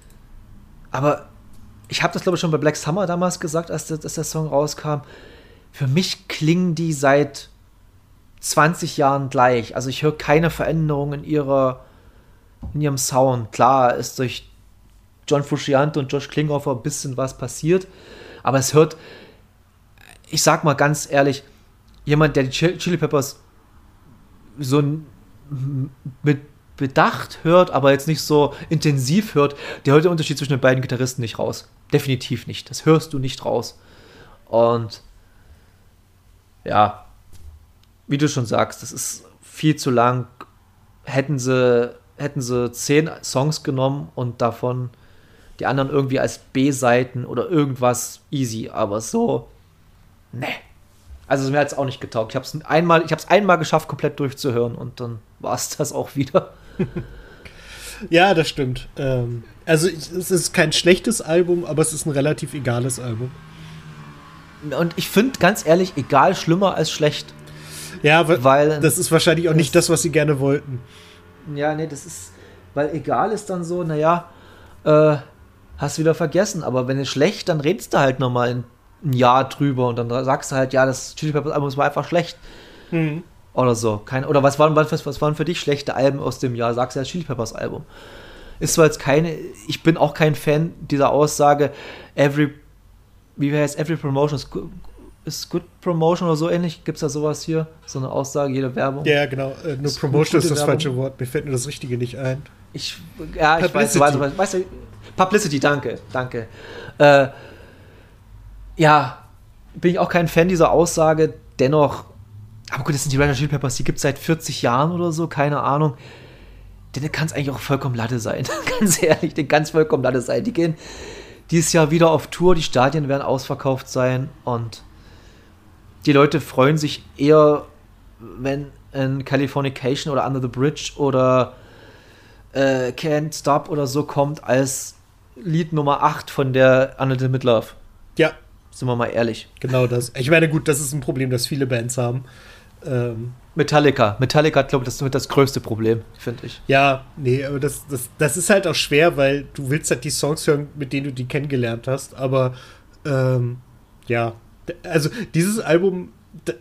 aber ich habe das, glaube ich, schon bei Black Summer damals gesagt, als der, als der Song rauskam. Für mich klingen die seit zwanzig Jahren gleich. Also ich höre keine Veränderung in ihrer in ihrem Sound. Klar ist durch John Frusciante und Josh Klinghoffer ein bisschen was passiert, aber es hört, ich sag mal ganz ehrlich, jemand, der die Chili Peppers so mit Bedacht hört, aber jetzt nicht so intensiv hört, der hört den Unterschied zwischen den beiden Gitarristen nicht raus. Definitiv nicht. Das hörst du nicht raus. Und ja, wie du schon sagst, das ist viel zu lang. Hätten sie, hätten sie zehn Songs genommen und davon die anderen irgendwie als B-Seiten oder irgendwas easy, aber so, ne. Also mir hat es auch nicht getaugt. Ich habe es einmal, ich habe es einmal geschafft, komplett durchzuhören und dann war es das auch wieder. Ja, das stimmt. Ähm, also es ist kein schlechtes Album, aber es ist ein relativ egales Album. Und ich finde, ganz ehrlich, egal schlimmer als schlecht. Ja, weil, weil das ist wahrscheinlich auch nicht das, was sie gerne wollten. Ja, nee, das ist, weil egal ist dann so, naja, äh, hast wieder vergessen, aber wenn es schlecht, dann redest du halt nochmal ein, ein Jahr drüber und dann sagst du halt, ja, das Chili Peppers Album war einfach schlecht. Mhm. Oder so. Kein, oder was waren, was, was waren für dich schlechte Alben aus dem Jahr? Sagst du ja, das Chili Peppers Album. Ist zwar jetzt keine, ich bin auch kein Fan dieser Aussage, every, wie heißt every promotion is good, is good promotion oder so ähnlich. Gibt es da sowas hier? So eine Aussage, jede Werbung? Ja, genau. Äh, nur ist Promotion ist das Werbung. Falsche Wort. Mir fällt nur das Richtige nicht ein. Ich, ja, ich weiß, weiß, weiß, weißt du, Publicity, danke, danke. Äh, ja, bin ich auch kein Fan dieser Aussage, dennoch, aber gut, das sind die Red Hot Chili Peppers, die gibt es seit vierzig Jahren oder so, keine Ahnung. Denn kann es eigentlich auch vollkommen Latte sein, ganz ehrlich, den kann es vollkommen Latte sein. Die gehen dieses Jahr wieder auf Tour, die Stadien werden ausverkauft sein und die Leute freuen sich eher, wenn ein Californication oder Under the Bridge oder äh, Can't Stop oder so kommt, als Lied Nummer acht von der Unlimited with Love. Ja. Sind wir mal ehrlich. Genau das. Ich meine, gut, das ist ein Problem, das viele Bands haben. Ähm Metallica. Metallica hat, glaube ich, das ist das größte Problem, finde ich. Ja, nee, aber das, das, das ist halt auch schwer, weil du willst halt die Songs hören, mit denen du die kennengelernt hast, aber ähm, ja, also dieses Album,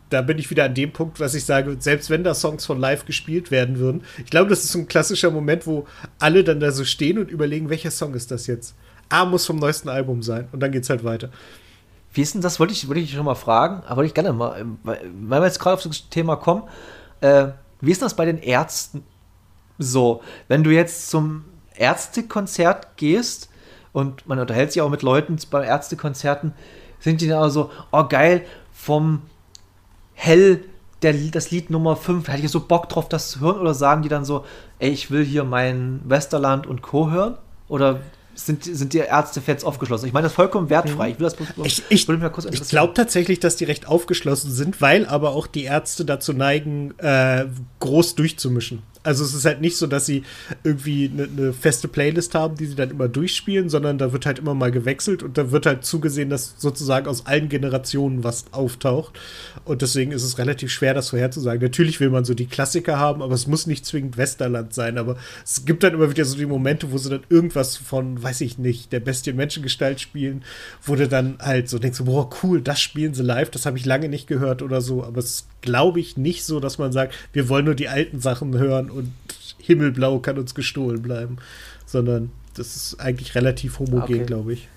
da bin ich wieder an dem Punkt, was ich sage, selbst wenn da Songs von live gespielt werden würden, ich glaube, das ist so ein klassischer Moment, wo alle dann da so stehen und überlegen, welcher Song ist das jetzt? Ah, muss vom neuesten Album sein. Und dann geht's halt weiter. Wie ist denn das? Wollte ich, wollte ich schon mal fragen, aber wollte ich gerne mal, weil wir jetzt gerade auf das Thema kommen, äh, wie ist das bei den Ärzten so? Wenn du jetzt zum Ärztekonzert gehst und man unterhält sich auch mit Leuten bei Ärztekonzerten, sind die dann auch so, oh geil, vom Hell, der, das Lied Nummer fünf, da hätte ich so Bock drauf, das zu hören, oder sagen die dann so, ey, ich will hier mein Westerland und Co. hören? Oder sind, sind die Ärztefans aufgeschlossen? Ich meine, das ist vollkommen wertfrei. Ich will das bloß, ich, ich, ich glaube tatsächlich, dass die recht aufgeschlossen sind, weil aber auch die Ärzte dazu neigen, äh, groß durchzumischen. Also es ist halt nicht so, dass sie irgendwie eine, eine feste Playlist haben, die sie dann immer durchspielen, sondern da wird halt immer mal gewechselt und da wird halt zugesehen, dass sozusagen aus allen Generationen was auftaucht. Und deswegen ist es relativ schwer, das vorherzusagen. Natürlich will man so die Klassiker haben, aber es muss nicht zwingend Westerland sein. Aber es gibt dann immer wieder so die Momente, wo sie dann irgendwas von, weiß ich nicht, der Bestie Menschengestalt spielen, wo du dann halt so denkst, boah, cool, das spielen sie live, das habe ich lange nicht gehört oder so. Aber es ist, glaube ich, nicht so, dass man sagt, wir wollen nur die alten Sachen hören und Himmelblau kann uns gestohlen bleiben, sondern das ist eigentlich relativ homogen, okay, glaube ich.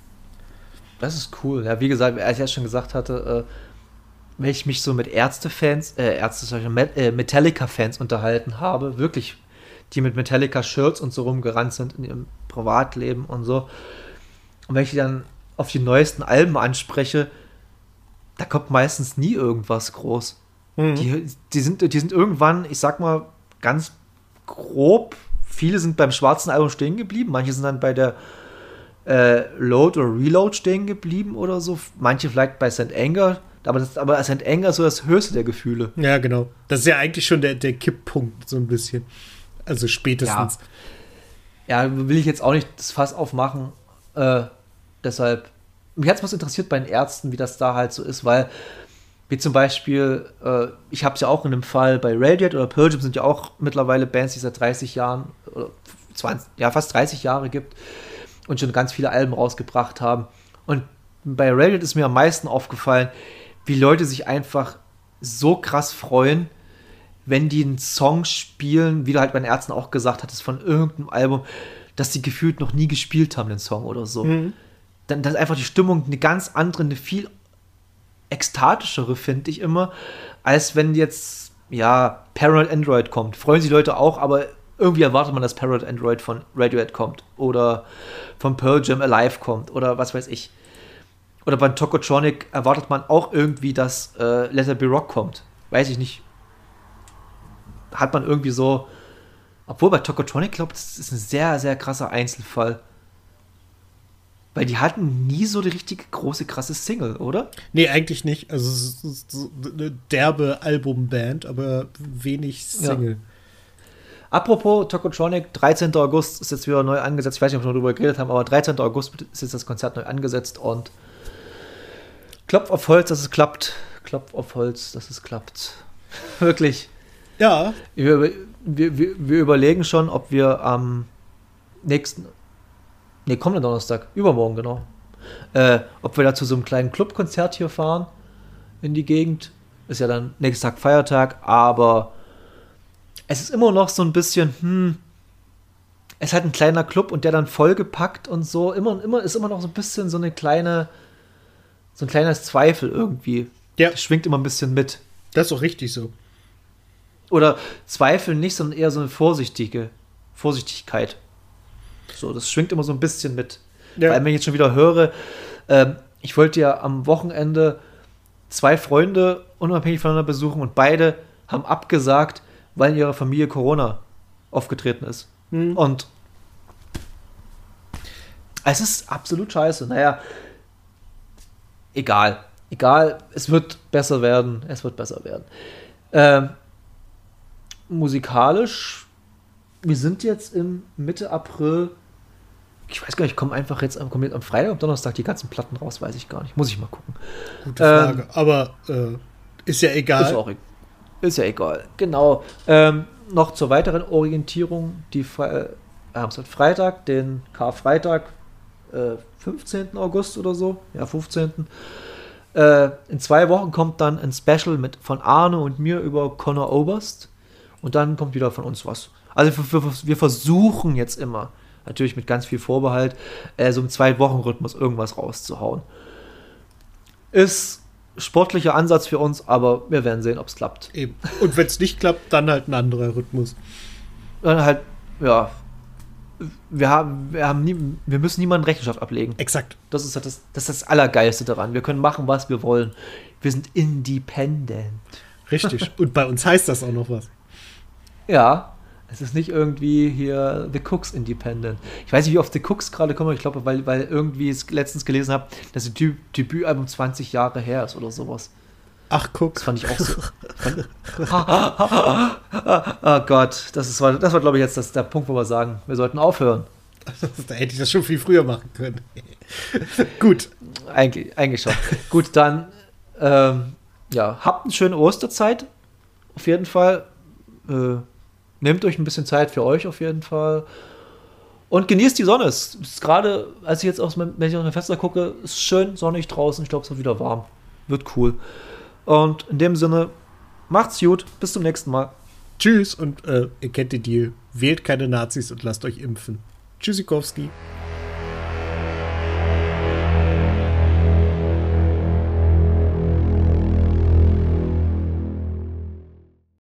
Das ist cool. Ja, wie gesagt, als ich ja schon gesagt hatte, äh, wenn ich mich so mit Ärzte-Fans, äh, Ärzte, äh, Metallica-Fans unterhalten habe, wirklich, die mit Metallica-Shirts und so rumgerannt sind in ihrem Privatleben und so, und wenn ich die dann auf die neuesten Alben anspreche, da kommt meistens nie irgendwas groß. Mhm. Die, die, sind, die sind irgendwann, ich sag mal, ganz grob, viele sind beim schwarzen Album stehen geblieben, manche sind dann bei der äh, Load oder Reload stehen geblieben oder so, manche vielleicht bei Saint Anger, aber, das, aber Saint Anger ist so das höchste der Gefühle. Ja, genau. Das ist ja eigentlich schon der, der Kipppunkt, so ein bisschen. Also spätestens. Ja, ja, will ich jetzt auch nicht das Fass aufmachen, äh, deshalb, mich hat es was interessiert bei den Ärzten, wie das da halt so ist, weil wie zum Beispiel, äh, ich habe es ja auch in einem Fall bei Radiohead oder Pearl Jam, sind ja auch mittlerweile Bands, die es seit dreißig Jahren, oder zwanzig, ja fast dreißig Jahre gibt und schon ganz viele Alben rausgebracht haben. Und bei Radiohead ist mir am meisten aufgefallen, wie Leute sich einfach so krass freuen, wenn die einen Song spielen, wie du halt bei den Ärzten auch gesagt hattest, von irgendeinem Album, dass die gefühlt noch nie gespielt haben, den Song oder so. Mhm. Dann, dann ist einfach die Stimmung eine ganz andere, eine viel ekstatischere, finde ich immer, als wenn jetzt, ja, Paranoid Android kommt. Freuen sich Leute auch, aber irgendwie erwartet man, dass Paranoid Android von Radiohead kommt oder von Pearl Jam Alive kommt oder was weiß ich. Oder bei Tokotronic erwartet man auch irgendwie, dass äh, Let There Be Rock kommt. Weiß ich nicht. Hat man irgendwie so, obwohl bei Tokotronic, glaube ich, das ist ein sehr, sehr krasser Einzelfall. Weil die hatten nie so die richtige große, krasse Single, oder? Nee, eigentlich nicht. Also es ist so eine derbe Albumband, aber wenig Single. Ja. Apropos Tokotronic, dreizehnten August ist jetzt wieder neu angesetzt. Ich weiß nicht, ob wir noch darüber geredet haben, aber dreizehnten August ist jetzt das Konzert neu angesetzt und Klopf auf Holz, dass es klappt. Klopf auf Holz, dass es klappt. Wirklich. Ja. Wir, wir, wir, wir überlegen schon, ob wir am nächsten Nee, kommenden Donnerstag, übermorgen, genau. Äh, ob wir da zu so einem kleinen Clubkonzert hier fahren in die Gegend. Ist ja dann nächsten Tag Feiertag, aber es ist immer noch so ein bisschen, hm, es ist halt ein kleiner Club und der dann vollgepackt und so. Immer und immer ist immer noch so ein bisschen so eine kleine, so ein kleines Zweifel irgendwie. Ja. Das schwingt immer ein bisschen mit. Das ist auch richtig so. Oder Zweifel nicht, sondern eher so eine vorsichtige Vorsichtigkeit. So, das schwingt immer so ein bisschen mit. Ja. Weil wenn ich jetzt schon wieder höre, ähm, ich wollte ja am Wochenende zwei Freunde unabhängig voneinander besuchen und beide haben abgesagt, weil in ihrer Familie Corona aufgetreten ist. Hm. Und es ist absolut scheiße. Naja, egal. Egal, es wird besser werden. Es wird besser werden. Ähm, musikalisch, wir sind jetzt im Mitte April. Ich weiß gar nicht, kommen einfach jetzt kommen jetzt am Freitag, am Donnerstag die ganzen Platten raus, weiß ich gar nicht. Muss ich mal gucken. Gute Frage. Ähm, Aber äh, ist ja egal. Ist, auch, ist ja egal, genau. Ähm, noch zur weiteren Orientierung, die Fre- äh, Freitag, den Karfreitag, äh, fünfzehnten August oder so, ja, fünfzehnten Äh, in zwei Wochen kommt dann ein Special mit von Arne und mir über Conor Oberst. Und dann kommt wieder von uns was. Also wir, wir, wir versuchen jetzt immer, natürlich mit ganz viel Vorbehalt, äh, so im Zwei-Wochen-Rhythmus irgendwas rauszuhauen. Ist sportlicher Ansatz für uns, aber wir werden sehen, ob es klappt. Eben. Und wenn es nicht klappt, dann halt ein anderer Rhythmus. Dann halt, ja, wir haben, wir haben nie, wir müssen niemanden Rechenschaft ablegen. Exakt. Das ist das, das ist das Allergeilste daran. Wir können machen, was wir wollen. Wir sind independent. Richtig. Und bei uns heißt das auch noch was. Ja, es ist nicht irgendwie hier The Cooks Independent. Ich weiß nicht, wie oft The Cooks gerade kommen. Ich glaube, weil, weil irgendwie ich letztens gelesen habe, dass das Debütalbum zwanzig Jahre her ist oder sowas. Ach, guck. Das fand ich auch so. Oh Gott, das, ist, das war, glaube ich, jetzt das, der Punkt, wo wir sagen, wir sollten aufhören. Da hätte ich das schon viel früher machen können. Gut. Eigentlich, eigentlich schon. Gut, dann ähm, ja, habt eine schöne Osterzeit. Auf jeden Fall. Äh, nehmt euch ein bisschen Zeit für euch auf jeden Fall. Und genießt die Sonne. Es ist gerade, als ich jetzt aus meinem, wenn ich aus meinem Fenster gucke, ist schön sonnig draußen. Ich glaube, es wird wieder warm. Wird cool. Und in dem Sinne, macht's gut. Bis zum nächsten Mal. Tschüss und äh, ihr kennt den Deal. Wählt keine Nazis und lasst euch impfen. Tschüssikowski.